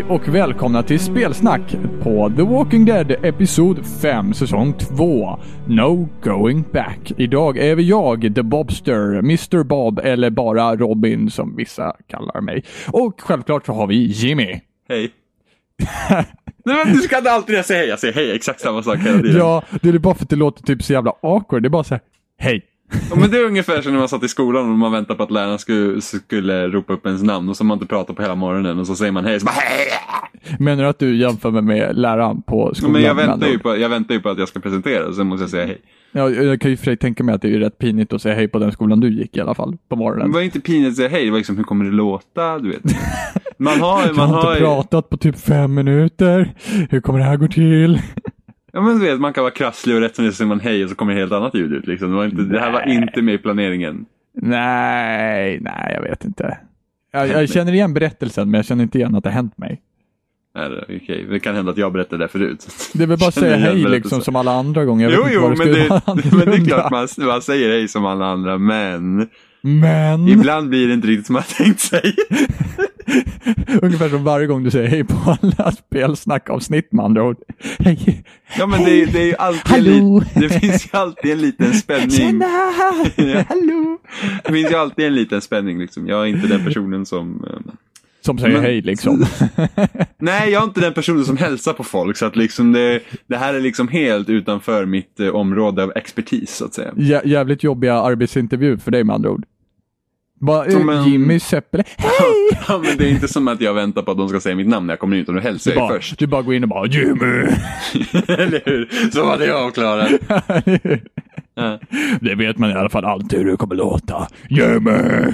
och välkomna till Spelsnack på The Walking Dead episod 5 säsong 2 No Going Back. Idag är jag, The Bobster, Mr. Bob eller bara Robin som vissa kallar mig. Och självklart så har vi Jimmy. Hej. Nej, men du ska inte alltid säga hej. Jag säger hej, exakt samma sak hela tiden. Ja, det är bara för att det låter typ så jävla awkward. Det är bara så här, hej. Ja, men det är ungefär som när man satt i skolan och man väntar på att lärarna skulle ropa upp ens namn och så man inte pratar på hela morgonen och så säger man hej och så bara hej. Menar du att du jämför med läraren på skolan? Men jag väntar ju på att jag ska presentera och sen måste jag säga hej. Ja, jag kan ju för sig tänka mig att det är rätt pinigt att säga hej på den skolan du gick i alla fall på morgonen. Det var inte pinigt att säga hej, det var liksom hur kommer det låta, du vet. Man har inte pratat på typ 5 minuter. Hur kommer det här gå till? Ja, men du vet, man kan vara krasslig och rätt som det säger man hej och så kommer ett helt annat ljud ut liksom. Det här var inte med i planeringen. Nej, jag vet inte. Jag känner igen berättelsen, men jag känner inte igen att det har hänt mig. Okej. Det kan hända att jag berättade det förut. Det är väl bara att säga hej liksom som alla andra gånger. Men det är klart man säger hej som alla andra, men ibland blir det inte riktigt som man tänkt sig. Ungefär som varje gång du säger hej på alla spelsnackavsnitt med andra ord. Hej. Ja, men det är ju alltid det finns ju alltid en liten spänning. Tjena! Hallå! Det finns ju alltid en liten spänning liksom. Jag är inte den personen som säger hej liksom. Nej, jag är inte den personen som hälsar på folk. Så att liksom det här är liksom helt utanför mitt område av expertis så att säga. Jävligt jobbiga arbetsintervju för dig med andra ord. Jimmy Seppele. Hej! Ja, men det är inte som att jag väntar på att de ska säga mitt namn när jag kommer ut och hälsar jag först. Du bara går in och bara Jimmy. Eller hur? Så var det jag klarar. Ja. Det vet man i alla fall alltid hur det kommer låta. Jimmy.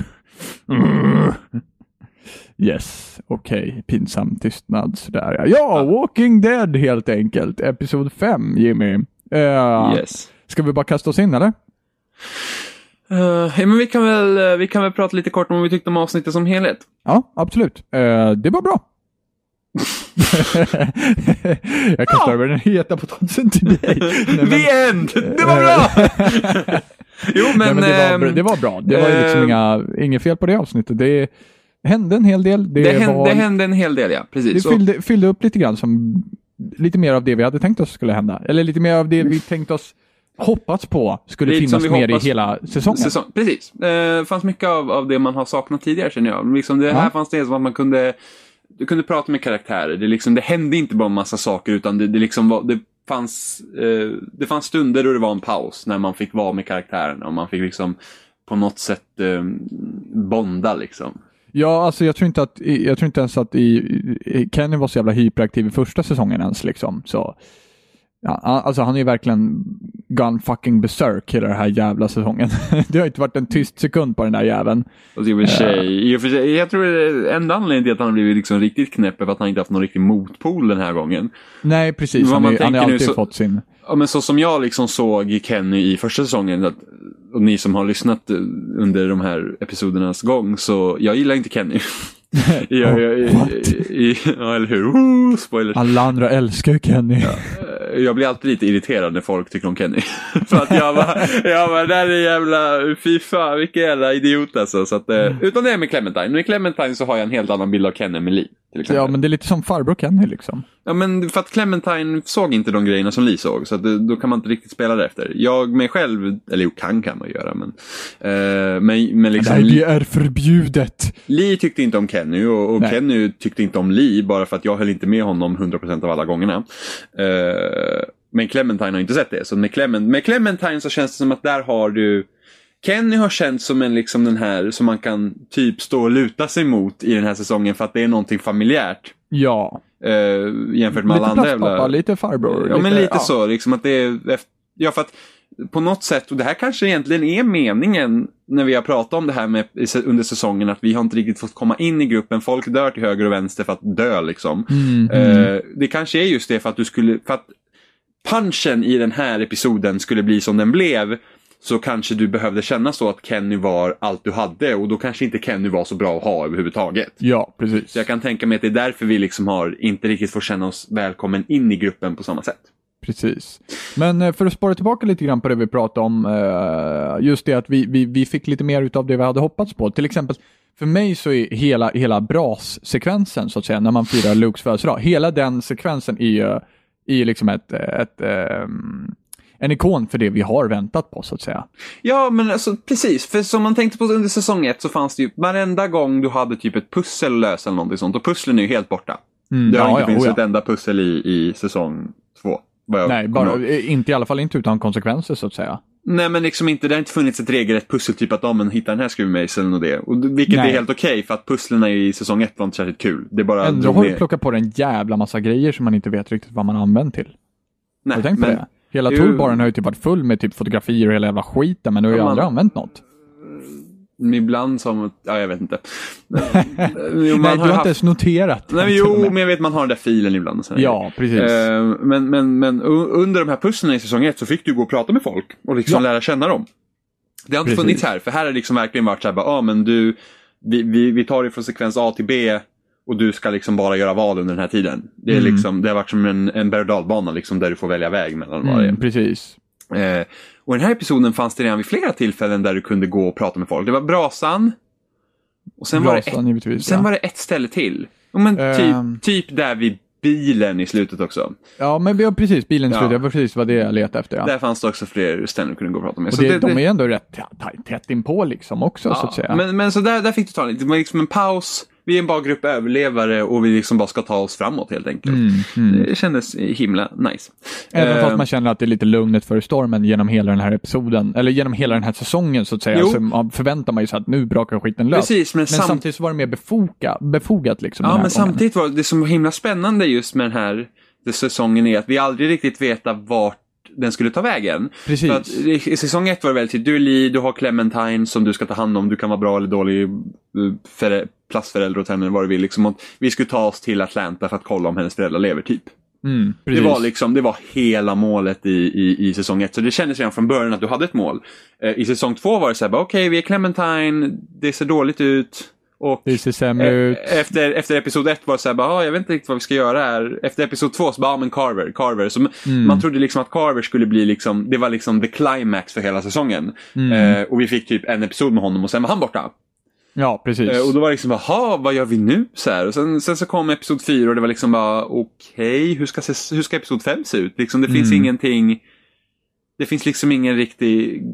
Yes, okej. Pinsam tystnad sådär. Ja, Walking Dead helt enkelt. Episod 5, Jimmy. Yes. Ska vi bara kasta oss in, eller? Men vi kan väl prata lite kort om vad vi tyckte om avsnittet som helhet. Ja, absolut. Det var bra. Jag kastar över den heta potatisen till dig. The end! Det var bra! Jo, men det var bra. Det var ju liksom inget fel på det avsnittet. Det hände en hel del. Det hände en hel del, ja. Precis. Det fyllde upp lite grann som lite mer av det vi hade tänkt oss skulle hända. Eller lite mer av det vi tänkt oss hoppats på skulle lite finnas mer i hela säsongen. Precis. Det fanns mycket av det man har saknat tidigare, känner jag. Liksom det här fanns det som att man kunde prata med karaktärer. Det hände inte bara en massa saker, utan det fanns stunder då det var en paus när man fick vara med karaktärerna och man fick liksom på något sätt bonda liksom. Ja, alltså jag tror inte ens att Kenny var så jävla hyperaktiv i första säsongen ens liksom, så ja, alltså han är ju verkligen gone fucking berserk hela den här jävla säsongen. Det har inte varit en tyst sekund på den där jäveln. Och i och för sig, jag tror enda anledningen till att han har blivit liksom riktigt knäpp är att han inte haft någon riktig motpol den här gången. Nej, precis. Han har alltid fått sin... Ja, men så som jag liksom såg Kenny i första säsongen, och ni som har lyssnat under de här episodernas gång, så jag gillar inte Kenny. Ja, eller hur? Spoiler. Alla andra älskar ju Kenny. Ja, jag blir alltid lite irriterad när folk tycker om Kenny. För att jag bara där är jävla FIFA, vilken jävla idiot alltså. Så att, utan det är med Clementine. Med Clementine så har jag en helt annan bild av Kenny med Lee. Ja, men det är lite som farbror Kenny liksom. Ja, men för att Clementine såg inte de grejerna som Lee såg. Så att då kan man inte riktigt spela därefter. Jag mig själv, eller kan man göra. Men liksom, nej, det är förbjudet. Lee tyckte inte om Kenny och Kenny tyckte inte om Lee. Bara för att jag höll inte med honom 100% av alla gångerna. Men Clementine har inte sett det. Så med Clementine så känns det som att där har du... Kenny har känts som en liksom den här som man kan typ stå och luta sig mot i den här säsongen för att det är någonting familjärt. Ja. Jämfört med alla andra jävla... Lite farbror. Ja, men lite så. Liksom att det är... Ja, för att på något sätt, och det här kanske egentligen är meningen när vi har pratat om det här med under säsongen, att vi har inte riktigt fått komma in i gruppen. Folk dör till höger och vänster för att dö liksom. Det kanske är just det för att punchen i den här episoden skulle bli som den blev, så kanske du behövde känna så att Kenny var allt du hade, och då kanske inte Kenny var så bra att ha överhuvudtaget. Ja, precis. Så jag kan tänka mig att det är därför vi liksom har inte riktigt får känna oss välkommen in i gruppen på samma sätt. Precis. Men för att spara tillbaka lite grann på det vi pratade om, just det att vi fick lite mer utav det vi hade hoppats på. Till exempel för mig så är hela brassekvensen så att säga, när man firar Lukes födelsedag, hela den sekvensen är liksom en ikon för det vi har väntat på så att säga. Ja, men alltså precis, för som man tänkte på under säsong 1 så fanns det ju varenda gång du hade typ ett pussel lösa eller någonting sånt, och pusslen är ju helt borta. Det har inte finns ett enda pussel i säsong 2. Nej, inte i alla fall inte utan konsekvenser så att säga. Nej, men liksom inte, det har inte funnits ett regelrätt pussel typ att man hittar den här skruvmejseln och det. Och vilket är helt okej, för att pusslen i säsong 1 var inte särskilt kul. Det bara ändå har du plockat på en jävla massa grejer som man inte vet riktigt vad man använt till. Nej, har du tänkt på det? Hela toolbaren har ju typ varit full med typ fotografier och hela jävla skiten, men du har ju aldrig använt något. Ibland som, ja jag vet inte. Nej, du har inte ens noterat. Nej, men jag vet man har den där filen ibland. Ja, precis. Men under de här pusslen i säsong 1 så fick du gå och prata med folk och liksom lära känna dem. Det har inte funnits här, för här har det liksom verkligen varit så här, men vi tar det från sekvens A till B och du ska liksom bara göra val under den här tiden. Det är liksom, det har varit som en berg- och dalbana liksom, där du får välja väg mellan varje. Precis. Och i den här episoden fanns det redan vid flera tillfällen där du kunde gå och prata med folk. Det var brasan. Och sen var det ett ställe till. Men typ där vid bilen i slutet också. Ja, men precis, bilen i slutet. Det var precis vad det jag letade efter. Ja. Där fanns det också fler ställen du kunde gå och prata med. Och så de är ändå rätt tätt inpå liksom också, så att säga. Men så där fick du ta lite. Det var liksom en paus. Vi är en bara grupp överlevare och vi liksom bara ska ta oss framåt helt enkelt. Det kändes himla nice. Även fast man känner att det är lite lugnet för stormen genom hela den här episoden, eller genom hela den här säsongen så att säga. Så förväntar man ju sig att nu brakar skiten lös. Precis, men samtidigt så var det mer befogat liksom. Ja, men samtidigt var det som var himla spännande just med den här säsongen är att vi aldrig riktigt veta vart den skulle ta vägen. Precis. För att i säsong 1 var det väldigt du är Lee, du har Clementine som du ska ta hand om, du kan vara bra eller dålig plastförälder åt henne, vad du vill liksom, och vi skulle ta oss till Atlanta för att kolla om hennes föräldrar lever typ. Det var hela målet i säsong 1, så det kändes redan från början att du hade ett mål. I säsong 2 var det så här, okej, vi är Clementine, det ser dåligt ut. Och det ser sämre ut. Efter episod 1 var det så här, jag vet inte riktigt vad vi ska göra här. Efter episod 2 så bara, men Carver. Så man trodde liksom att Carver skulle bli liksom, det var liksom the climax för hela säsongen. Och vi fick typ en episod med honom och sen var han borta. Ja, precis. Och då var det liksom, vad gör vi nu? Så här. Och sen så kom episod 4 och det var liksom bara, okej, hur ska episod 5 se ut? Liksom, det finns ingenting. Det finns liksom ingen riktig...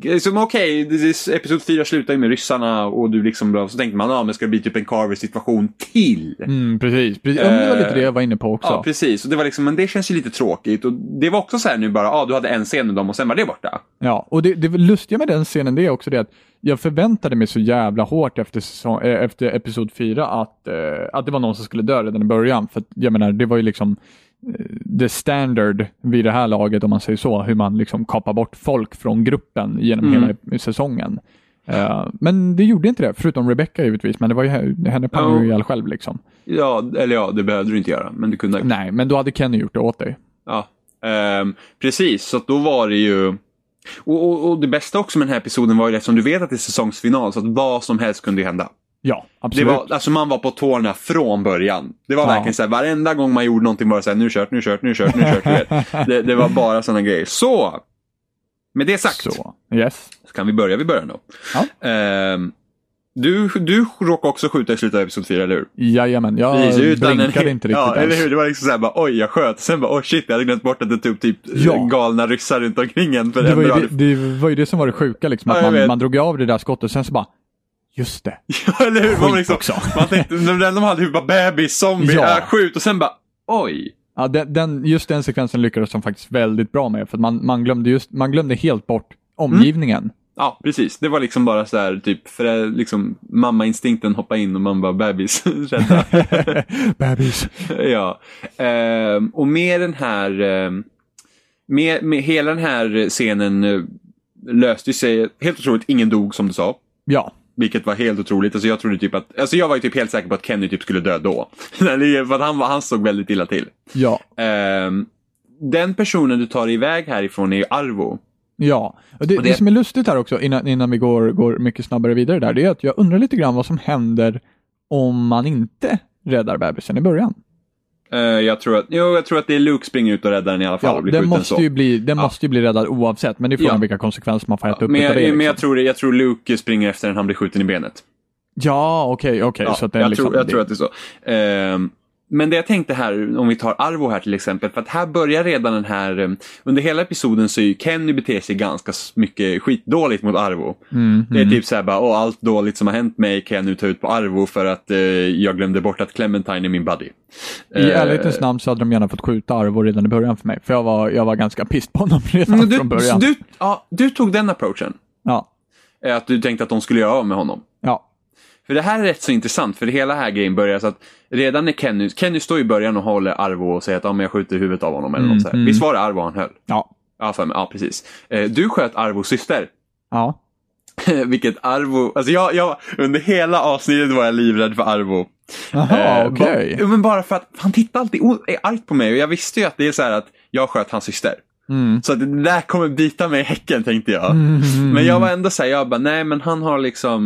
episod 4 slutar ju med ryssarna och du liksom... Så tänkte man, men ska det bli typ en Carver-situation till? Precis. Det var lite det jag var inne på också. Ja, precis. Och det var liksom, men det känns ju lite tråkigt. Och det var också så här nu bara, du hade en scen med dem och sen var det borta. Ja, och det lustiga med den scenen det är också det att jag förväntade mig så jävla hårt efter episod 4 att det var någon som skulle dö redan i början. För att, jag menar, det var ju liksom... the standard vid det här laget, om man säger så, hur man liksom kapar bort folk från gruppen genom hela säsongen. Men det gjorde inte det, förutom Rebecca givetvis, men det var ju henne pangade ju ihjäl själv liksom. Ja, det behövde du inte göra, men du kunde. Nej, men då hade Kenny gjort det åt dig. Ja, precis, så att då var det ju och det bästa också med den här episoden var ju det som du vet att det är säsongsfinal, så att vad som helst kunde hända. Ja, absolut. Alltså man var på tårna från början. Det var verkligen så här, varenda gång man gjorde någonting var det så här, nu kört. Det var bara sådana grejer. Så, med det sagt. Så, yes. Så kan vi börja då. Ja. Du råkade också skjuta i slutet av episod 4, eller hur? Jajamän, jag blinkade inte riktigt. Ja, eller hur? Det var liksom såhär, oj, jag sköt. Sen bara, shit, jag hade glömt bort att det tog typ galna ryssar runt omkring en. För det var ju det som var det sjuka, liksom, att man drog av det där skottet och sen så bara, just det. Ja, eller hur? Man liksom, man tänkte, de hade ju bara bebis, zombie, skjut, och sen bara, oj. Ja, just den sekvensen lyckades de faktiskt väldigt bra med, för att man glömde helt bort omgivningen. Ja, precis. Det var liksom bara så här typ liksom mamma-instinkten hoppa in och man bara bebis rädda. Bebis. Ja. Och med den här med hela den här scenen löste sig helt otroligt, ingen dog som du sa. Ja. Vilket var helt otroligt. Alltså jag trodde typ att jag var ju typ helt säker på att Kenny typ skulle dö då. För att han såg väldigt illa till. Ja. Den personen du tar iväg härifrån är ju Arvo. Ja, och det som är lustigt här också innan vi går mycket snabbare vidare där, det är att jag undrar lite grann vad som händer om man inte räddar bebisen i början. Jag tror att det är Luke springer ut och räddar den i alla fall. Ja, den måste ju bli räddad oavsett, men det är frågan vilka konsekvenser man får äta upp utav det. Men jag tror Luke springer efter den, han blir skjuten i benet. Ja, okej. Ja, Så att det är jag, liksom, jag tror att det är så. Men det jag tänkte här, om vi tar Arvo här till exempel, för att här börjar redan den här, under hela episoden så är ju Kenny beter sig ganska mycket skitdåligt mot Arvo. Det är typ såhär bara, allt dåligt som har hänt mig kan jag nu ta ut på Arvo för att jag glömde bort att Clementine är min buddy. I ärlighetens namn så hade de gärna fått skjuta Arvo redan i början för mig, för jag var ganska pissed på honom redan från början. Du tog den approachen? Ja. Att du tänkte att de skulle göra av med honom? Ja. För det här är rätt så intressant, för det hela här grejen börjar så att redan när Kenny står i början och håller Arvo och säger att men jag skjuter huvudet av honom eller något så här. Visst var det Arvo han höll? Ja. Ja, precis. Du sköt Arvos syster. Ja. Vilket Arvo, alltså jag under hela avsnittet var jag livrädd för Arvo. Jaha, okej. Men bara för att han tittar alltid argt på mig och jag visste ju att det är så här att jag sköt hans syster. Så att det där kommer bita mig i häcken, tänkte jag. Men jag var ändå så här, jag bara, nej men han har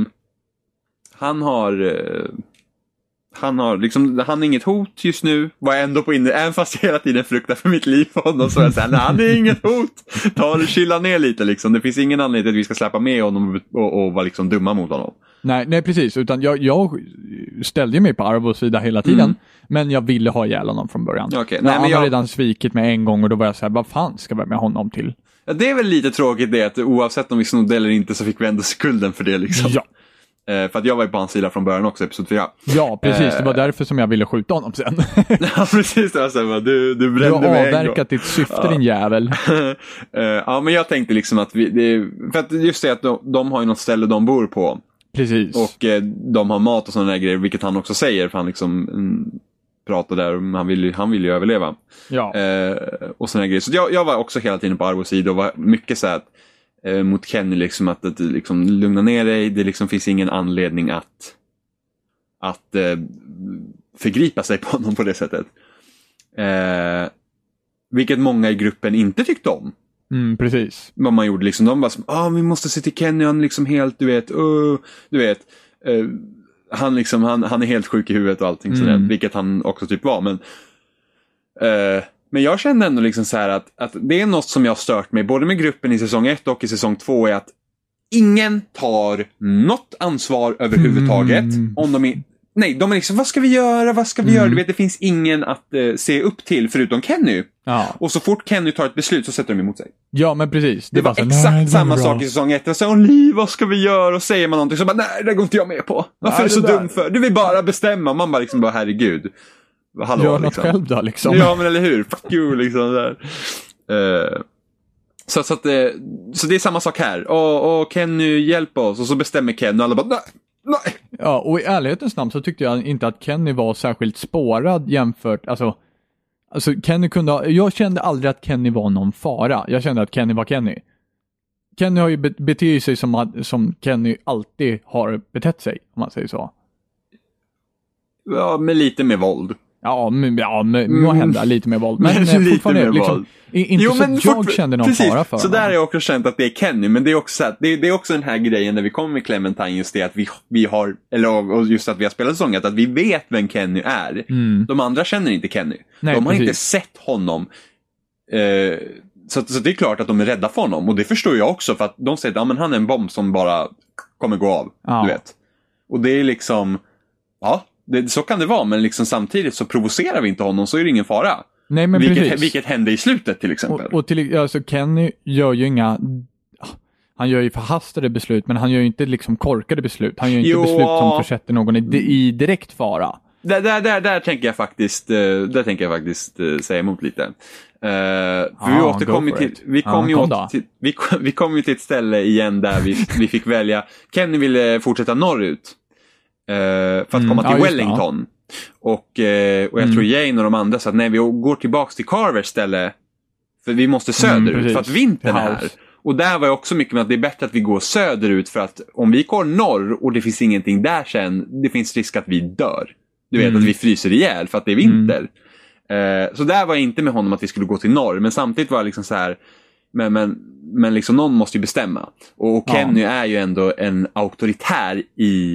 inget hot just nu. Var jag ändå på inne, även fast jag hela tiden fruktar för mitt liv för honom, så jag säger, nej han är inget hot. Ta det, chilla ner lite liksom. Det finns ingen anledning att vi ska släppa med honom och vara liksom dumma mot honom. Nej, precis. Utan jag ställde mig på Arvos sida hela tiden. Men jag ville ha ihjäl honom från början. Okay. Nej, han har redan svikit mig en gång och då var jag så här, vad fan ska vi med honom till? Ja, det är väl lite tråkigt det att oavsett om vi snodde eller inte så fick vi ändå skulden för det liksom. Ja. För att jag var ju på hans sida från början också, episod 4. Ja, precis. Det var därför som jag ville skjuta honom sen. Ja, precis. Det var så här, du brände mig en gång. Du har avverkat ditt syfte, din jävel. Ja, men jag tänkte liksom att för att just det att de har ju något ställe de bor på. Precis. Och de har mat och sådana där grejer, vilket han också säger, för han liksom pratar där om han vill ju överleva. Ja. Och sådana grejer. Så jag var också hela tiden på Arvos sida och var mycket så här mot Kenny liksom att liksom lugna ner dig, det liksom finns ingen anledning att förgripa sig på honom på det sättet. Vilket många i gruppen inte tyckte om. Precis. Vad man gjorde liksom, de var som, vi måste se till Kenny, han liksom helt, du vet, han liksom, han är helt sjuk i huvudet och allting sådär, vilket han också typ var, men jag kände ändå liksom så här att det är något som jag har stört mig både med gruppen i säsong 1 och i säsong 2 är att ingen tar något ansvar överhuvudtaget om de är, nej, de är liksom, vad ska vi göra, du vet, det finns ingen att se upp till förutom Kenny. Ja. Och så fort Kenny tar ett beslut så sätter de emot sig. Ja, men precis. Det var exakt samma sak i säsong 1. Jag sa, Liv, vad ska vi göra? Och säger man någonting så bara, nej, det går inte jag med på. Varför är du så dum för? Du vill bara bestämma. Man bara liksom, bara herregud. Hallå, gör något liksom. själv då, liksom. Ja, men eller hur? Fuck you, liksom. Där. Så det är samma sak här. Och Kenny, hjälp oss. Och så bestämmer Ken och alla bara, nej. Ja, och i ärlighetens namn så tyckte jag inte att Kenny var särskilt spårad jämfört, alltså Kenny jag kände aldrig att Kenny var någon fara. Jag kände att Kenny var Kenny. Kenny har ju betett sig som Kenny alltid har betett sig, om man säger så. Ja, med lite med våld. Ja, må hända lite mer våld. Men lite fortfarande mer liksom, våld. Inte så att jag kände någon fara för så honom. där har jag också känt att det är Kenny. Men det är också att det är också den här grejen när vi kommer med Clementine, just det att vi har, eller just att vi har spelat sånget, att vi vet vem Kenny är. De andra känner inte Kenny. Nej, de har precis. inte sett honom. Så det är klart att de är rädda för honom. Och det förstår jag också, för att de säger att men han är en bomb som bara kommer gå av. Du vet. Och det är liksom, så kan det vara, men liksom samtidigt så provocerar vi inte honom, så är det ingen fara. Nej, men Vilket hände i slutet till exempel. Och alltså Kenny gör ju han gör ju förhastade beslut, men han gör ju inte liksom korkade beslut. Han gör ju inte beslut som försätter någon i direkt fara. Där tänker jag faktiskt säga emot lite. Vi kom ju till ett ställe igen där vi fick välja. Kenny ville fortsätta norrut. För att komma till Wellington. Och jag tror Jane och de andra sa att nej, vi går tillbaks till Carvers ställe, för vi måste söderut för att vintern är här. Och där var jag också mycket med att det är bättre att vi går söderut, för att om vi går norr och det finns ingenting där sen, det finns risk att vi dör. Du vet, att vi fryser ihjäl för att det är vinter. Så där var jag inte med honom att vi skulle gå till norr, men samtidigt var jag liksom så här, men liksom någon måste ju bestämma. Och Kenny är ju ändå en auktoritet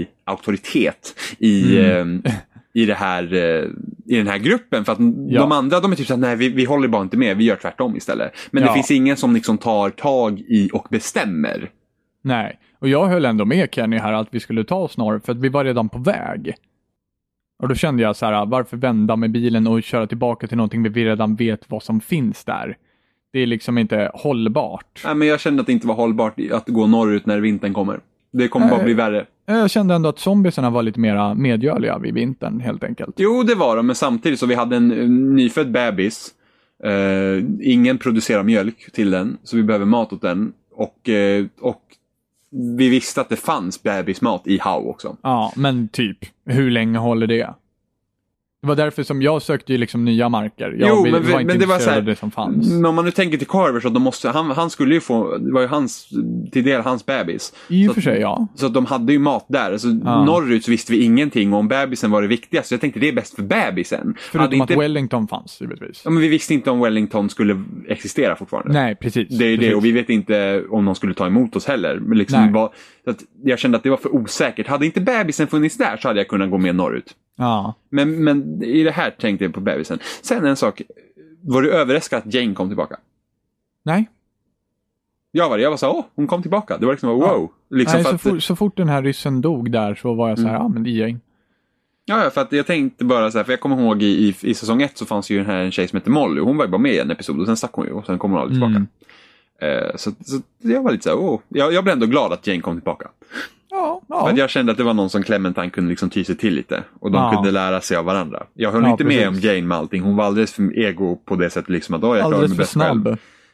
i det här, i den här gruppen, för att de andra, de är typ så här, nej, vi håller bara inte med, vi gör tvärtom istället. Men det finns ingen som liksom tar tag i och bestämmer. Nej, och jag höll ändå med Kenny här att vi skulle ta oss norr för att vi var redan på väg. Och då kände jag så här, varför vända med bilen och köra tillbaka till någonting vi redan vet vad som finns där? Det är liksom inte hållbart. Nej, men jag kände att det inte var hållbart att gå norrut när vintern kommer. Det kommer bara bli värre. Jag kände ändå att zombiesarna var lite mer medgörliga vid vintern, helt enkelt. Jo, det var de, men samtidigt så vi hade en nyfödd bebis. Ingen producerar mjölk till den, så vi behöver mat åt den. Och vi visste att det fanns bebismat i Hau också. Ja, men typ, hur länge håller det? Det var därför som jag sökte ju liksom nya marker. Jag var inte men det var så här, av det som fanns. Om man nu tänker till Carver så de måste, han skulle ju få, det var ju till del hans bebis. I och för sig, ja. Så att de hade ju mat där. Alltså, norrut så visste vi ingenting om bebisen var det viktigaste. Jag tänkte det är bäst för bebisen. Förutom att Wellington fanns, givetvis. Ja, men vi visste inte om Wellington skulle existera fortfarande. Nej, precis. Det är det, och vi vet inte om de skulle ta emot oss heller. Men liksom så att jag kände att det var för osäkert. Hade inte bebisen funnits där så hade jag kunnat gå med norrut. Ja. Men i det här tänkte jag på bebisen. Sen en sak. Var du överraskad att Jane kom tillbaka? Nej. Jag var så hon kom tillbaka. Det var liksom wow. Liksom Nej, så fort den här ryssen dog där så var jag så här, men det är Jane. Ja, för att jag tänkte bara så här, för jag kommer ihåg i säsong 1 så fanns ju den här en tjej som heter Molly. Hon var ju bara med i en episod och sen stack hon ju och sen kom hon aldrig tillbaka. Så jag var lite så här, jag blev ändå glad att Jane kom tillbaka. Ja. För att jag kände att det var någon som Clementine kunde liksom ty sig till lite. Och de kunde lära sig av varandra. Jag höll inte med om Jane med allting. Hon var alldeles för ego på det sättet liksom att jag klarar mig bäst själv.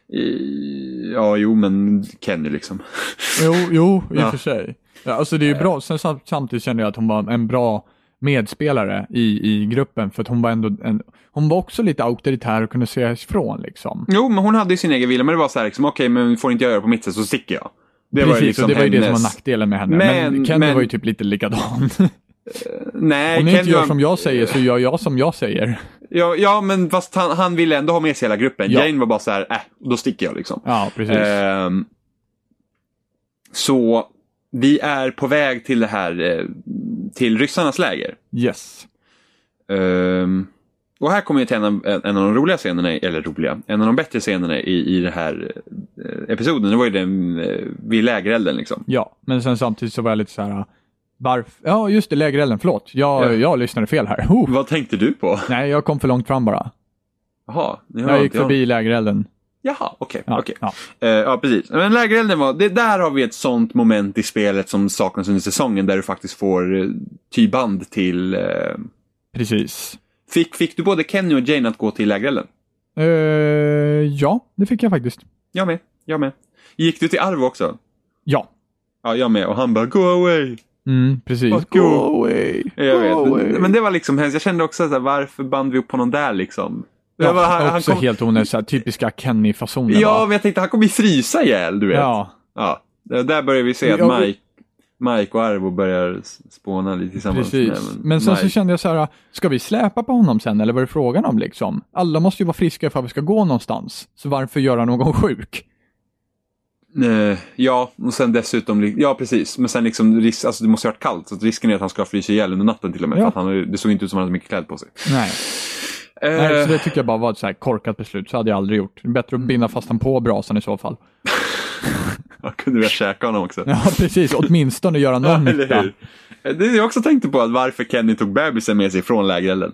Men Kenny liksom. Jo, i och för sig. Ja, alltså det är ju bra. Sen samtidigt kände jag att hon var en bra medspelare i gruppen. För att hon var ändå hon var också lite auktoritär och kunde se ifrån liksom. Jo, men hon hade ju sin egen vilja. Men det var så här liksom, okej, men får inte jag göra på mitt sätt så sticker jag. Precis, liksom och det var ju det som var nackdelen med henne. Men Kenny var ju typ lite likadan. Nej, om ni inte gör som jag säger så gör jag som jag säger. Ja, men fast han ville ändå ha med sig hela gruppen. Ja. Jane var bara så här, då sticker jag liksom. Ja, precis. Så vi är på väg till det här, till ryssarnas läger. Yes. Och här kommer jag till en av de roliga scenerna, en av de bättre scenerna i det här episoden. Det var ju den vid lägerelden liksom. Ja, men sen samtidigt så var jag lite så här, ja just det, lägerelden, förlåt. Jag lyssnade fel här. Vad tänkte du på? Nej, jag kom för långt fram bara. Jaha. Jag gick förbi lägerelden. Jaha, okej. Ja, precis. Men lägerelden där har vi ett sånt moment i spelet som saknas under säsongen där du faktiskt får tyband till... Precis. Fick du både Kenny och Jane att gå till lägerelden? Ja, det fick jag faktiskt. Jag med. Gick du till Arvo också? Ja. Ja, jag med. Och han bara, go away. Precis. Go away. Jag vet. Men det var liksom hemskt. Jag kände också så här, varför band vi upp på någon där liksom? Ja, han också helt onödigt så här, typiska Kenny-fasoner. Ja, men jag tänkte han kommer ju frysa ihjäl, du vet. Ja. Där börjar vi se att Mike och Arvo börjar spåna lite tillsammans. Precis. Men sen så kände jag så här, ska vi släpa på honom sen eller vad är det frågan om liksom? Alla måste ju vara friska för att vi ska gå någonstans. Så varför göra någon sjuk? Ja, och sen dessutom, ja precis. Men sen liksom, alltså det måste ha varit kallt. Så risken är att han ska frysa ihjäl under natten till och med. För att det såg inte ut som att han hade mycket kläder på sig. Nej. Nej, så det tycker jag bara var ett så här korkat beslut. Så hade jag aldrig gjort. Bättre att binda fast han på brasan i så fall. Kunde vi käka honom också? Ja, precis. Åtminstone göra någon nytta. Det jag också tänkte på att varför Kenny tog bebisen med sig från lägerelden.